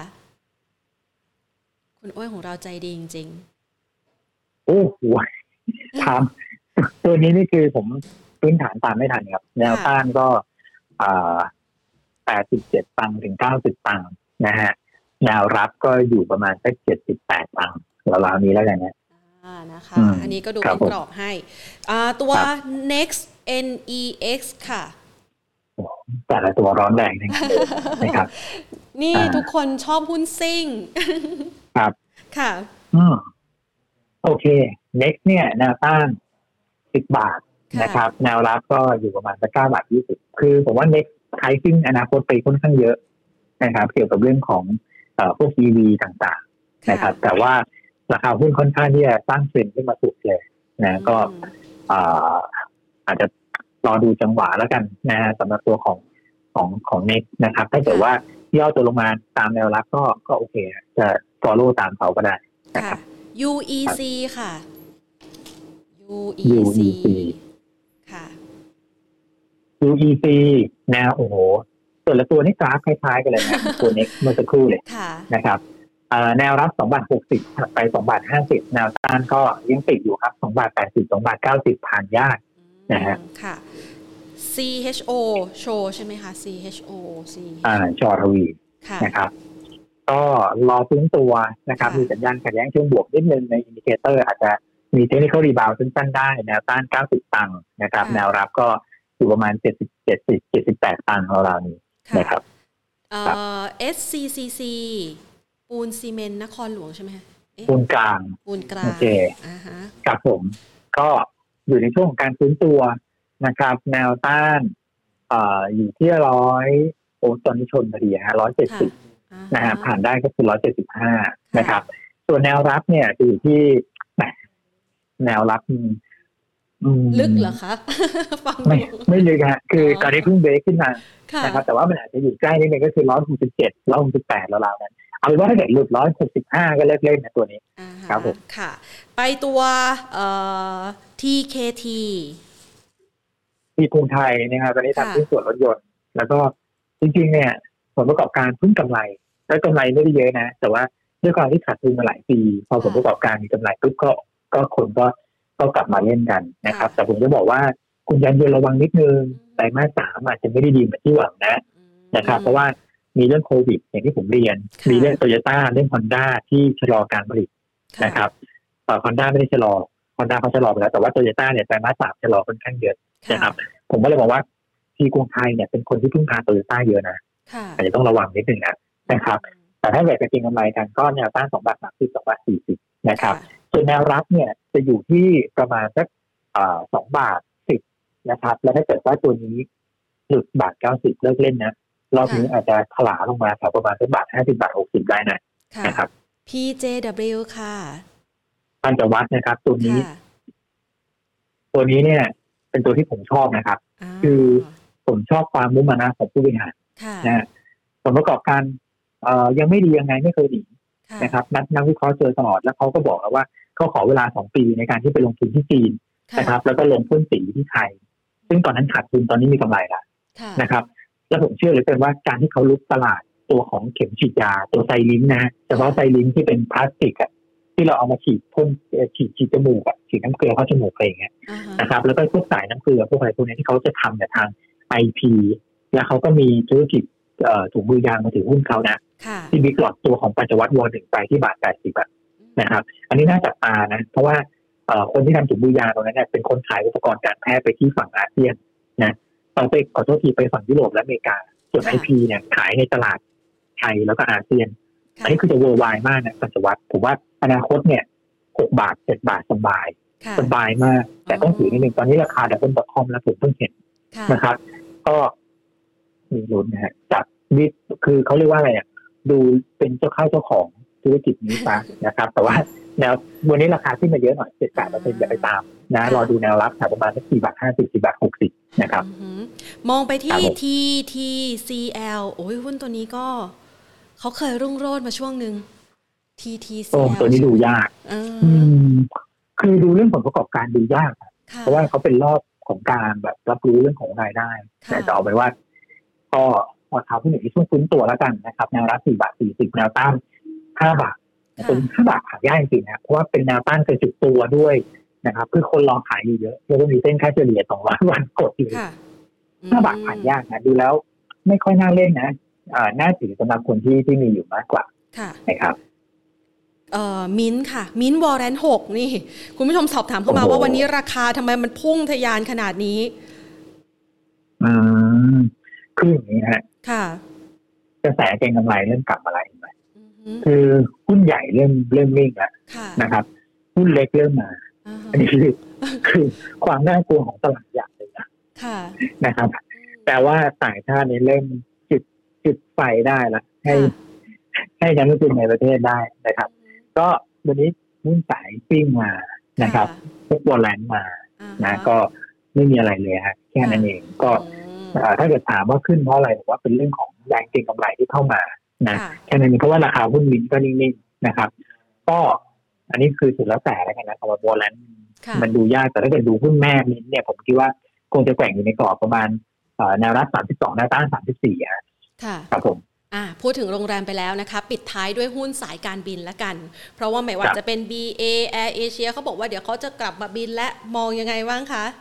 [SPEAKER 1] คุณอ้วนของเราใจดีจริง
[SPEAKER 2] ๆโอ้โหถามตัวนี้นี่คือผมพื้นฐานตามไม่ทันครับแนวต้านก็อ่าแปดสิบเจ็ดตังค์ถึงเก้าสิบตังค์นะฮะแนวรับก็อยู่ประมาณสักเจ็ดสิบแปดตังค์ราวๆนี้แล้วกันนะ
[SPEAKER 1] อ่านะคะอันนี้ก็ดูเป็นกรอบให้อ่าตัว next N E X ค่ะ
[SPEAKER 2] แต่ละตัวร้อนแรงนะครับ
[SPEAKER 1] นี่ทุกคนชอบหุ้นซิ่ง
[SPEAKER 2] ครับ
[SPEAKER 1] ค่ะ
[SPEAKER 2] อืมโอเค next เนี่ยแนวต้านสิบบาทนะครับแนวรับก็อยู่ประมาณสักเก้าบาทยี่สิบคือผมว่า next ไทซิ่งอนาคตไปค่อนข้างเยอะนะครับเกี่ยวกับเรื่องของเอ่อพวก อี วี ต่างๆนะครับแต่ว่าราคาหุ้นค่อนข้างที่จะสร้างเทรนด์ขึ้นมาสุดเลยนะก็อ่าอาจจะรอดูจังหวะแล้วกันนะฮะสำหรับตัวของของของ next นะครับถ้าเกิดว่าย่อตัวลงมาตามแนวรับก็ก็โอเคจะ follow ตามเขาก็ได้นะครับ
[SPEAKER 1] ยู อี ซี ค่ะ ยู อี ซี ค่ะ
[SPEAKER 2] ยู อี ซี แนวโอ้โหแต่ละตัวนี่กราฟคล้ายๆกันเลยนะตัวนี้เมื่อสักครู่เลยนะครับแนวรับสองบาทหกสิบถัดไปสองบาทห้าสิบแนวต้านก็ยังติดอยู่ครับสองบาทแปดสิบ สองบาทเก้าสิบผ่านยากนะฮะ
[SPEAKER 1] ค่ะ ซี เอช โอ โชว์ใช่ไหมคะ ซี เอช โอ C
[SPEAKER 2] อ่าชอทวีนะครับก็รอฟื้นตัวนะครับมีสัญญาณขัดแย้งเชิงบวกนิดนึงในอินดิเคเตอร์อาจจะมีเทคนิคอลรีบาวด์สั้นๆได้แนวต้านเก้าสิบตังค์นะครับแนวรับก็อยู่ประมาณเจ็ดสิบ เจ็ดสิบ เจ็ดสิบแปดตังค์ราวๆนี้นะครับ
[SPEAKER 1] เอ่อ เอส ซี ซี ซี ปูนซีเมนต์นครหลวงใช่ไหมคะ
[SPEAKER 2] ปูนกลาง
[SPEAKER 1] ปูนกลาง
[SPEAKER 2] โอเคครับผมก็อยู่ในช่วงของการฟื้นตัวนะครับแนวต้านเอ่ออยู่ที่ร้อยโอ้ตอนนี้ชนพอดีฮะร้อยเจ็ดสิบนะฮะผ่านได้ก็คือร้อยเจ็ดสิบห้านะครับส่วนแนวรับเนี่ยจะอยู่ที่แนวรับ
[SPEAKER 1] ลึกเหรอคะ
[SPEAKER 2] ฟังไม่ไม่ลึกฮะคือตอนนี้เพิ่งเบรกขึ้นมานะครับแต่ว่ามันอาจจะอยู่ใกล้นิดนึงก็คือร้อยหกสิบเจ็ดร้อยหกสิบแปดราวๆนั้นเอาเป็นว่าถ้าเกิดหลุดร้อยหกสิบห้าก็เลิกเล่นนะตัวนี้ครับผม
[SPEAKER 1] ค่ะไปตัวเอ่อ ที เค ที
[SPEAKER 2] ที่กรุงไทยนะครับตอนนี้ทำที่ส่วนรถยนต์แล้วก็จริงๆเนี่ยผลประกอบการพึ่งกำไรแล้วกำไรไม่ได้เยอะนะแต่ว่าด้วยความที่ขาดทุนมาหลายปีพอผลประกอบการมีกำไรปุ๊บก็ก็คนก็ก็กลับมาเล่นกันนะครับแต่ผมจะบอกว่าคุณยันยนต์ระวังนิดนึงไตรมาสสามอาจจะไม่ได้ดีเหมือนที่หวังนะนะครับเพราะว่ามีเรื่องโควิดอย่างที่ผมเรียนมีเรื่องโตโยต้าเรื่องฮอนด้าที่ชะลอการผลิตนะครับเอ่อฮอนด้าไม่ได้ชะลอฮอนด้าเขาชะลอไปแล้วแต่ว่าโตโยต้าเนี่ยไตรมาสสามชะลอค่อนข้างเยอะนะครับผมก็เลยบอกว่าที่กรุงไทยเนี่ยเป็นคนที่พึ่งพาโตโยต้าเยอะนะอาจจะต้องระวังนิดนึงนะนะครับแต่ถ้าเกิดจะกินกำไรกันก็แนวต้านสองบาทสามสิบ สองบาทสี่สิบนะครับส่วนแนวรับเนี่ยจะอยู่ที่ประมาณสักอ่าสองบาทสิบนะครับแล้วถ้าเกิดว่าตัวนี้หลุดบาทเก้าสิบเลิกเล่นนะรอบนี้อาจจะถลาลงมาแถวประมาณสักบาทห้าสิบบาทหกสิบได้นะนะครับ
[SPEAKER 1] พี เจ ดับเบิลยู ค่ะ
[SPEAKER 2] ปัญจวัฒน์นะครับตัวนี้ตัวนี้เนี่ยเป็นตัวที่ผมชอบนะครับคือผมชอบความมุ่งมั่นของผู้บริหารนะผลประกอบการเอ่อยังไม่ดียังไงไม่เคยดีนะครับนักนักวิเคราะห์เจอตลอดแล้วเขาก็บอกแล้วว่าเขาขอเวลาสองปีในการที่ไปลงทุนที่จีนนะครับแล้วก็ลงทุนสีที่ไทยซึ่งตอนนั้นขาดทุนตอนนี้มีกำไรแล้วนะครับแล้วผมเชื่อเลยเป็นว่าการที่เขาลุกตลาดตัวของเข็มฉีดยาตัวไซลินนะเฉพาะไซลินที่เป็นพลาสติกอะที่เราเอามาฉีดพ่นฉีดฉีดจมูกอะฉีดน้ำเกลือเข้าจมูกอะไรอย่างเงี้ยนะครับแล้วก็พวกสายน้ำเกลือพวกอะไรพวกนี้ที่เขาจะทำเนี่ยทาง ไอ พี แล้วเขาก็มีธุรกิจถุงมือยางมาถือหุ้นเขานะที่บิ๊กหลอดตัวของปัญจวัฒน์วอร์หนึ่งไปที่บาทแปดสิบอะนะครับอันนี้น่าจับตานะเพราะว่าคนที่ทำถุงมือยางตรงนั้นเนี่ยเป็นคนขายอุปกรณ์การแพทย์ไปที่ฝั่งอาเซียนนะเอาไปขอโทษทีไปฝั่งยุโรปและอเมริกาส่วน ไอ พี เนี่ยขายในตลาดไทยแล้วก็อาเซียนอันนี้คือจะเวอร์ไวด์มากนะปัญจวัฒน์ผมว่าอนาคตเนี่ยหกบาทเจ็ดบาทสบายสบายมากแต่ต้องถือนิดนึงตอนนี้ราคาดับเบิลดอทคอมแล้วผมเพิ่งเห็นนะครับก็มีลุ้นนะฮะจากวิคือเขาเรียกว่าอะไรอ่ะดูเป็นเจ้าเข้าเจ้าของธุรกิจนี้ซะนะครับแต่ว่าแนววันนี้ราคาขึ้นมาเยอะหน่อย เจ็ดถึงแปดเปอร์เซ็นต์ อย่าไปตามนะรอดูแนวรับประมาณสักสี่บาทห้าสิบ สี่บาทหกสิบนะครับ
[SPEAKER 1] มองไปที่ ที ที ซี แอล โอ้ยหุ้นตัวนี้ก็เขาเคยรุ่งโรจน์มาช่วงนึง ที ที ซี แอล
[SPEAKER 2] ตัวนี้ดูยากคือดูเรื่องผลประกอบการดูยากเพราะว่าเขาเป็นรอบของการแบบรับรู้เรื่องของรายได้แต่จะเอาไปว่าก็พอเท้าที่หนึ่งที่ช่วงฟื้นตัวแล้วกันนะครับแนวรับสี่บาทสี่สิบแนวต้านห้าบาทเป็นห้าบาทขายยากจริงๆนะเพราะว่าเป็นแนวต้านกระจุกตัวด้วยนะครับคือคนรอขายอยู่เยอะแล้วก็มีเส้นค่าเฉลี่ยสองร้อยวันกดอยู่ห้าบาทขายยากนะดูแล้วไม่ค่อยน่าเล่นนะอ่าน่าถือสำหรับคนที่ที่มีอยู่มากกว่านะครับ
[SPEAKER 1] เอ่อมิ้นค่ะมิ้นวอร์เรนหกนี่คุณผู้ชมสอบถามเข้ามาว่าวันนี้ราคาทำไมมันพุ่งทะยานขนาดนี้
[SPEAKER 2] อืมคืออย่างนี้ฮะ
[SPEAKER 1] ค่ะ
[SPEAKER 2] กระแสเก็งกำไรเริ่มกลับมาแล้วเห็นไหมคือหุ้นใหญ่เริ่มเริ่มวิ่งแล้วนะครับหุ้นเล็กเริ่มมาอันนี้คือคือความน่ากลัวของตลาดอย่างเลยนะนะครับแต่ว่าต่างชาตินี้เริ่มจุดจุดไฟได้ละให้ให้นักลงทุนในประเทศได้นะครับก็วันนี้หุ้นสายปิ้งมานะครับพวกวอลเลนมานะก็ไม่มีอะไรเลยฮะแค่นั้นเองก็ถ้าเกิดถามว่าขึ้นเพราะอะไรผมว่าเป็นเรื่องของแรงเก็งกำไรที่เข้ามานะแค่นั้นเองเพราะว่าราคาหุ้นวินก็นิ่งๆนะครับก็อันนี้คือสุดแล้วแต่แล้วกันนะสำหรับวอลเลนมันดูยากแต่ถ้าเกิดดูหุ้นแม่มินเนี่ยผมคิดว่าคงจะแกว่งอยู่ในกรอบประมาณแนวรับสามสิบสองแนวต้านสามสิบสี่อ่ะครับผม
[SPEAKER 1] อ่ะพูดถึงโรงแรมไปแล้วนะคะปิดท้ายด้วยหุ้นสายการบินละกันเพราะว่าไม่ว่าจะเป็น บี เอ Air Asia เขาบอกว่าเดี๋ยวเขาจะกลับมาบินและมองยังไงบ้างคะ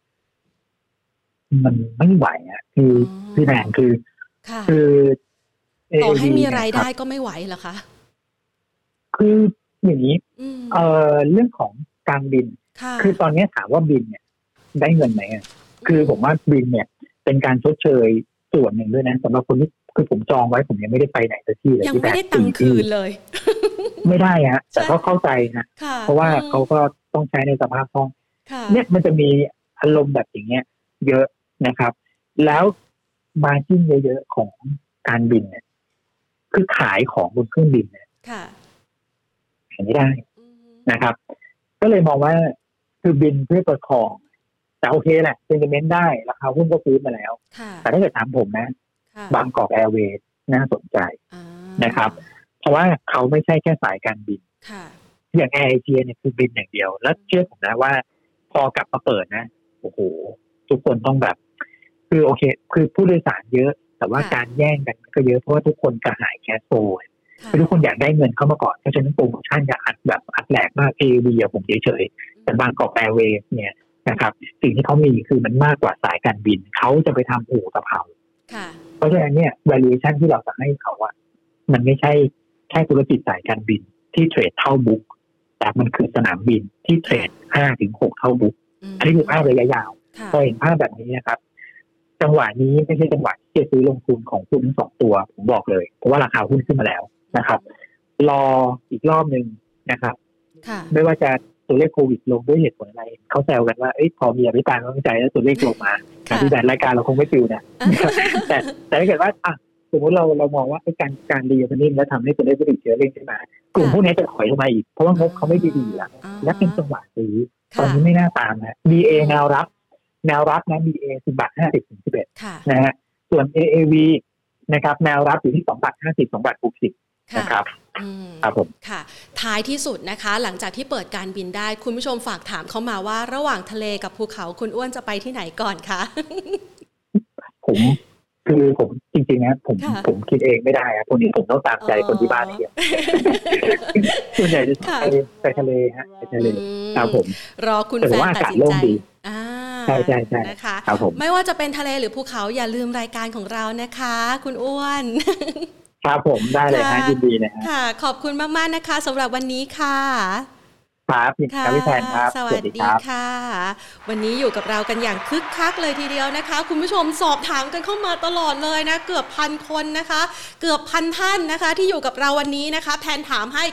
[SPEAKER 2] มันไม่ไหวอ่ะคือพี่แดงคือคือ
[SPEAKER 1] ต่อให้มีรายได้ก็ไม่ไหวเหรอคะ
[SPEAKER 2] คืออย่างนี้เอ่อเรื่องของการบินคือตอนนี้ถามว่าบินเนี่ยได้เงินไหมคือผมว่าบินเนี่ยเป็นการชดเชยส่วนหนึ่งด้วยนะสำหรับคนที่คือผมจองไว้ผมยังไม่ได้ไปไหนสักที่เลย
[SPEAKER 1] ยังไม่ได้ตังค์คืนเลย
[SPEAKER 2] ไม่ได้ฮะแต่ก็เข้าใจนะเพราะว่าเขาก็ต้องใช้ในสภาพคล่องเนี่ยมันจะมีอารมณ์แบบอย่างเงี้ยเยอะนะครับแล้วมาร์จิ้นเยอะๆของการบินเนี่ยคือขายของบนเครื่องบินเนี่ยขายไม่ได้นะครับก็เลยมองว่าคือบินเพื่อประคองแต่โอเคแหละเซนติเมนต์ได้ราคาหุ้นก็ฟื้นมาแล้วแต่ถ้าเกิดถามผมนะบางกอกแอร์เวย์น่าสนใจนะครับเพราะว่าเขาไม่ใช่แค่สายการบินอย่างแอร์เอเชียเนี่ยคือบินอย่างเดียวแล้วเชื่อผมนะว่าพอกลับมาเปิดนะโอ้โหทุกคนต้องแบบคือโอเคคือผู้โดยสารเยอะแต่ว่าการแย่งกันก็เยอะเพราะว่าทุกคนกระหายแคชโฟลว์ทุกคนอยากได้เงินเข้ามาก่อนเพราะฉะนั้นโปรโมชั่นอยากอัดแบบอัดแหลกมาก เอ วี อ่ะผมเฉยๆแต่บางกอกแอร์เวย์เนี่ยนะครับสิ่งที่เขามีคือมันมากกว่าสายการบินเขาจะไปทำอู่สะเพาเพราะฉะนั้นเนี่ย valuation ที่เราจะให้เขาอะมันไม่ใช่แค่ธุรกิจสายการบินที่เทรดเท่าบุ๊กแต่มันคือสนามบินที่เทรด ห้าถึงหก เท่าบุ๊กอันนี้คือภาพระยะยาวพอเห็นภาพแบบนี้นะครับจังหวะนี้ไม่ใช่จังหวะที่จะซื้อลงทุนของหุ้นทั้งสองตัวผมบอกเลยเพราะว่าราคาหุ้นขึ้นมาแล้วนะครับรออีกรอบนึงนะครับไม่ว่าจะตัวเลขโควิดลงด้วยเหตุผลอะไรเขาแซวกันว่าเอ้ยพอมีอภิปรายไม่ไว้วางใจแล้วตัวเลขลงมาการที่แต่รายการเราคงไม่ฟิวนะแต่แต่ถ้าเกิดว่าอ่ะสมมติเราเรามองว่าการการดีมันนิ่งแล้วทำให้ตัวเลขผู้ติดเชื้อเร่งขึ้นมากลุ่มพวกนี้จะถอยลงมาอีกเพราะว่างบเขาไม่ดีๆแล้วและเป็นจังหวะซื้อตอนนี้ไม่น่าตามนะ บี เอ แนวรับแนวรับนะ บี เอ สิบบาทห้าสิบถึงสิบเอ็ดนะฮะส่วน เอ เอ วี นะครับแนวรับอยู่ที่สองบาทห้าสิบ สองบาทหกสิบนะครับครับผม
[SPEAKER 1] ค่ะท้ายที่สุดนะคะหลังจากที่เปิดการบินได้คุณผู้ชมฝากถามเข้ามาว่าระหว่างทะเลกับภูเขาคุณอ้วนจะไปที่ไหนก่อนคะ
[SPEAKER 2] ผมคือผมจริงๆนะผมผมคิดเองไม่ได้ครับคนนี้ผมต้องตามใจคนที่บ้านเองส่วนใหญ่จะไปทะเลฮะไปทะเลครับผม
[SPEAKER 1] รอคุณแฟนตัดสินใจ
[SPEAKER 2] ใช่ใช่ใช่
[SPEAKER 1] นะคะไม่ว่าจะเป็นทะเลหรือภูเขาอย่าลืมรายการของเรานะคะคุณอ้วน
[SPEAKER 2] ครับผมได้เลยฮะยินดีนะ
[SPEAKER 1] ค่ะขอบคุณมากๆนะคะสำหรับวันนี้ค่ะ
[SPEAKER 2] ครับค่ะพี่แทนครับ
[SPEAKER 1] สวัสดีค่ะวันนี้อยู่กับเรากันอย่างคึกคักเลยทีเดียวนะคะคุณผู้ชมสอบถามกันเข้ามาตลอดเลยนะเกือบพันคนนะคะเกือบพันท่านนะคะที่อยู่กับเราวันนี้นะคะแทนถามให้เ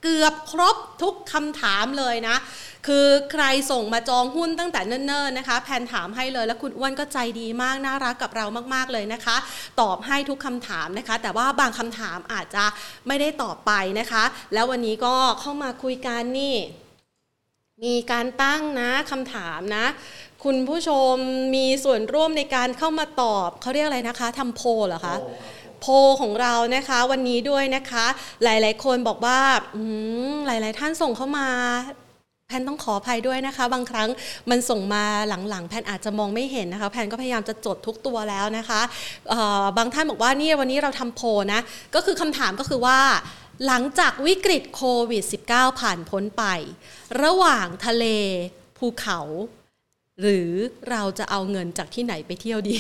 [SPEAKER 1] เกือบครบทุกคำถามเลยนะคือใครส่งมาจองหุ้นตั้งแต่เนิ่นๆนะคะแพนถามให้เลยแล้วคุณอ้วนก็ใจดีมากน่ารักกับเรามากๆเลยนะคะตอบให้ทุกคำถามนะคะแต่ว่าบางคำถามอาจจะไม่ได้ตอบไปนะคะแล้ววันนี้ก็เข้ามาคุยกันนี่มีการตั้งนะคำถามนะคุณผู้ชมมีส่วนร่วมในการเข้ามาตอบเขาเรียกอะไรนะคะทำโพลเหรอคะโพลของเรานะคะวันนี้ด้วยนะคะหลายๆคนบอกว่าอืมหลายๆท่านส่งเข้ามาแพนต้องขออภัยด้วยนะคะบางครั้งมันส่งมาหลังๆแพนอาจจะมองไม่เห็นนะคะแพนก็พยายามจะจดทุกตัวแล้วนะคะบางท่านบอกว่านี่วันนี้เราทำโพลนะก็คือคำถามก็คือว่าหลังจากวิกฤตโควิด สิบเก้า ผ่านพ้นไประหว่างทะเลภูเขาหรือเราจะเอาเงินจากที่ไหนไปเที่ยวดี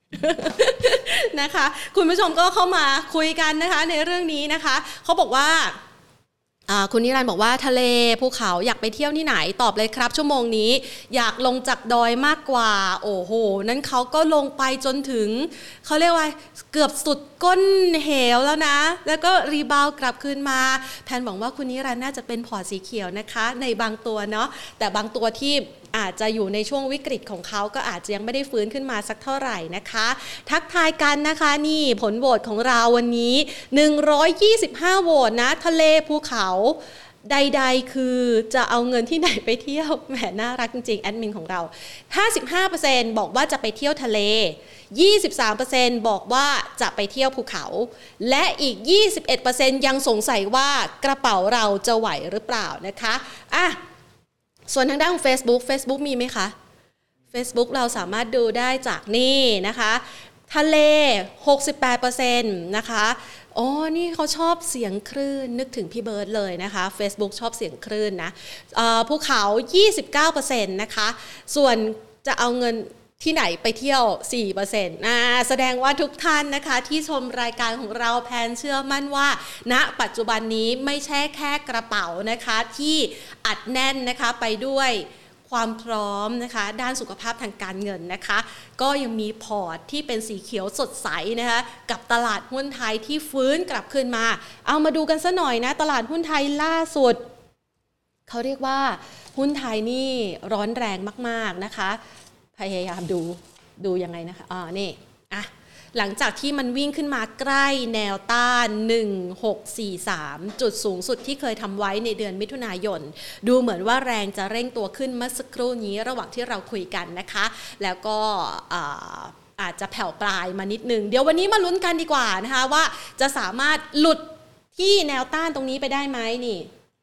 [SPEAKER 1] นะคะคุณผู้ชมก็เข้ามาคุยกันนะคะในเรื่องนี้นะคะเขาบอกว่าคุณนิรันดร์บอกว่าทะเลภูเขาอยากไปเที่ยวที่ไหนตอบเลยครับชั่วโมงนี้อยากลงจากดอยมากกว่าโอ้โหนั้นเขาก็ลงไปจนถึงเขาเรียกว่าเกือบสุดก้นเหวแล้วนะแล้วก็รีบาวกลับคืนมาแพนบอกว่าคุณนิรันดร์น่าจะเป็นพอร์ตสีเขียวนะคะในบางตัวเนาะแต่บางตัวที่อาจจะอยู่ในช่วงวิกฤตของเขาก็อาจจะยังไม่ได้ฟื้นขึ้นมาสักเท่าไหร่นะคะทักทายกันนะคะนี่ผลโหวตของเราวันนี้หนึ่งร้อยยี่สิบห้าโหวตนะทะเลภูเขาใดๆคือจะเอาเงินที่ไหนไปเที่ยวแหมน่ารักจริงๆแอดมินของเรา ห้าสิบห้าเปอร์เซ็นต์ บอกว่าจะไปเที่ยวทะเล ยี่สิบสามเปอร์เซ็นต์ บอกว่าจะไปเที่ยวภูเขาและอีก ยี่สิบเอ็ดเปอร์เซ็นต์ ยังสงสัยว่ากระเป๋าเราจะไหวหรือเปล่านะคะอ่ะส่วนทางด้านของ Facebook Facebook มีไหมคะ Facebook เราสามารถดูได้จากนี่นะคะทะเล หกสิบแปดเปอร์เซ็นต์ นะคะอ๋อนี่เขาชอบเสียงคลื่นนึกถึงพี่เบิร์ดเลยนะคะ Facebook ชอบเสียงคลื่นนะภูเขา ยี่สิบเก้าเปอร์เซ็นต์ นะคะส่วนจะเอาเงินที่ไหนไปเที่ยว สี่เปอร์เซ็นต์ อ่าแสดงว่าทุกท่านนะคะที่ชมรายการของเราแพนเชื่อมั่นว่าณปัจจุบันนี้ไม่ใช่แค่กระเป๋านะคะที่อัดแน่นนะคะไปด้วยความพร้อมนะคะด้านสุขภาพทางการเงินนะคะก็ยังมีพอร์ตที่เป็นสีเขียวสดใสนะคะกับตลาดหุ้นไทยที่ฟื้นกลับคืนมาเอามาดูกันซะหน่อยนะตลาดหุ้นไทยล่าสุดเขาเรียกว่าหุ้นไทยนี่ร้อนแรงมากๆนะคะพยายามดูดูยังไงนะคะอ่านี่อ่ะหลังจากที่มันวิ่งขึ้นมาใกล้แนวต้านหนึ่งหกสี่สามจุดสูงสุดที่เคยทำไว้ในเดือนมิถุนายนดูเหมือนว่าแรงจะเร่งตัวขึ้นเมื่อสักครู่นี้ระหว่างที่เราคุยกันนะคะแล้วก็อ่าอาจจะแผ่วปลายมานิดนึงเดี๋ยววันนี้มาลุ้นกันดีกว่านะคะว่าจะสามารถหลุดที่แนวต้านตรงนี้ไปได้ไหมนี่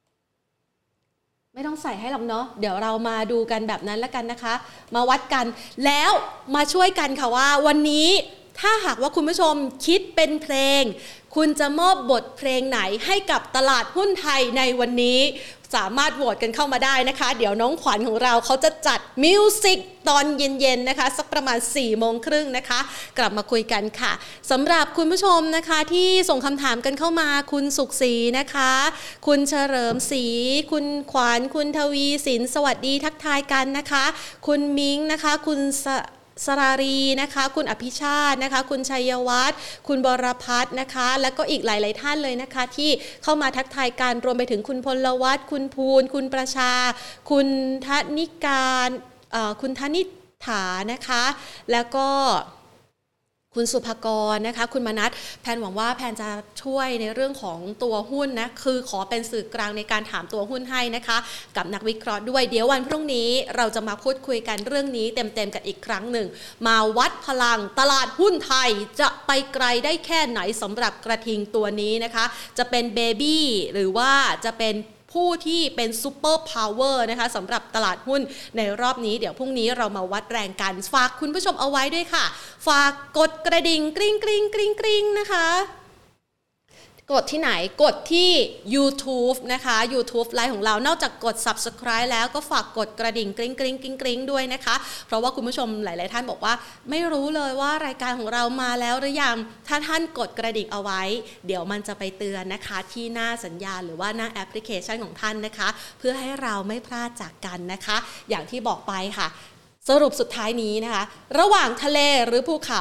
[SPEAKER 1] ไม่ต้องใส่ให้หรอกเนาะเดี๋ยวเรามาดูกันแบบนั้นแล้วกันนะคะมาวัดกันแล้วมาช่วยกันค่ะว่าวันนี้ถ้าหากว่าคุณผู้ชมคิดเป็นเพลงคุณจะมอบบทเพลงไหนให้กับตลาดหุ้นไทยในวันนี้สามารถโหวตกันเข้ามาได้นะคะเดี๋ยวน้องขวัญของเราเขาจะจัดมิวสิกตอนเย็นๆนะคะสักประมาณสี่โมงครึ่งนะคะกลับมาคุยกันค่ะสำหรับคุณผู้ชมนะคะที่ส่งคำถามกันเข้ามาคุณสุขศรีนะคะคุณเฉลิมศรีคุณขวัญคุณทวีสินสวัสดีทักทายกันนะคะคุณมิ้งนะคะคุณสรารีนะคะคุณอภิชาตินะคะคุณชัยวัฒน์คุณบรพัฒน์นะคะแล้วก็อีกหลายๆท่านเลยนะคะที่เข้ามาทักทายกันรวมไปถึงคุณพลวัฒน์คุณภูลคุณประชาคุณธนิการคุณธนิฐานะคะแล้วก็คุณสุภกรนะคะคุณมนัสแพนหวังว่าแพนจะช่วยในเรื่องของตัวหุ้นนะคือขอเป็นสื่อกลางในการถามตัวหุ้นให้นะคะกับนักวิเคราะห์ด้วยเดี๋ยววันพรุ่งนี้เราจะมาพูดคุยกันเรื่องนี้เต็มๆกันอีกครั้งหนึ่งมาวัดพลังตลาดหุ้นไทยจะไปไกลได้แค่ไหนสำหรับกระทิงตัวนี้นะคะจะเป็นเบบี้หรือว่าจะเป็นผู้ที่เป็นซูเปอร์พาวเวอร์นะคะสำหรับตลาดหุ้นในรอบนี้เดี๋ยวพรุ่งนี้เรามาวัดแรงกันฝากคุณผู้ชมเอาไว้ด้วยค่ะฝากกดกระดิ่งกริ๊งกริ๊งกริ๊งกริ๊งนะคะกดที่ไหนกดที่ YouTube นะคะ YouTube ไลฟ์ของเรานอกจากกด Subscribe แล้วก็ฝากกดกระดิ่งกริ๊งกริ๊งกริ๊งกริ๊งด้วยนะคะเพราะว่าคุณผู้ชมหลายๆท่านบอกว่าไม่รู้เลยว่ารายการของเรามาแล้วหรือยังถ้าท่านกดกระดิ่งเอาไว้เดี๋ยวมันจะไปเตือนนะคะที่หน้าสัญญาณหรือว่าหน้าแอปพลิเคชันของท่านนะคะเพื่อให้เราไม่พลาดจากกันนะคะอย่างที่บอกไปค่ะสรุปสุดท้ายนี้นะคะระหว่างทะเลหรือภูเขา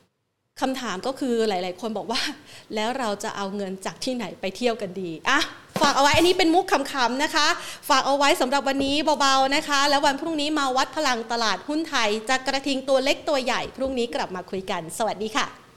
[SPEAKER 1] คำถามก็คือหลายๆคนบอกว่าแล้วเราจะเอาเงินจากที่ไหนไปเที่ยวกันดีอ่ะฝากเอาไว้อันนี้เป็นมุกขำๆนะคะฝากเอาไว้สำหรับวันนี้เบาๆนะคะแล้ววันพรุ่งนี้มาวัดพลังตลาดหุ้นไทยจะกระทิงตัวเล็กตัวใหญ่พรุ่งนี้กลับมาคุยกันสวัสดีค่ะ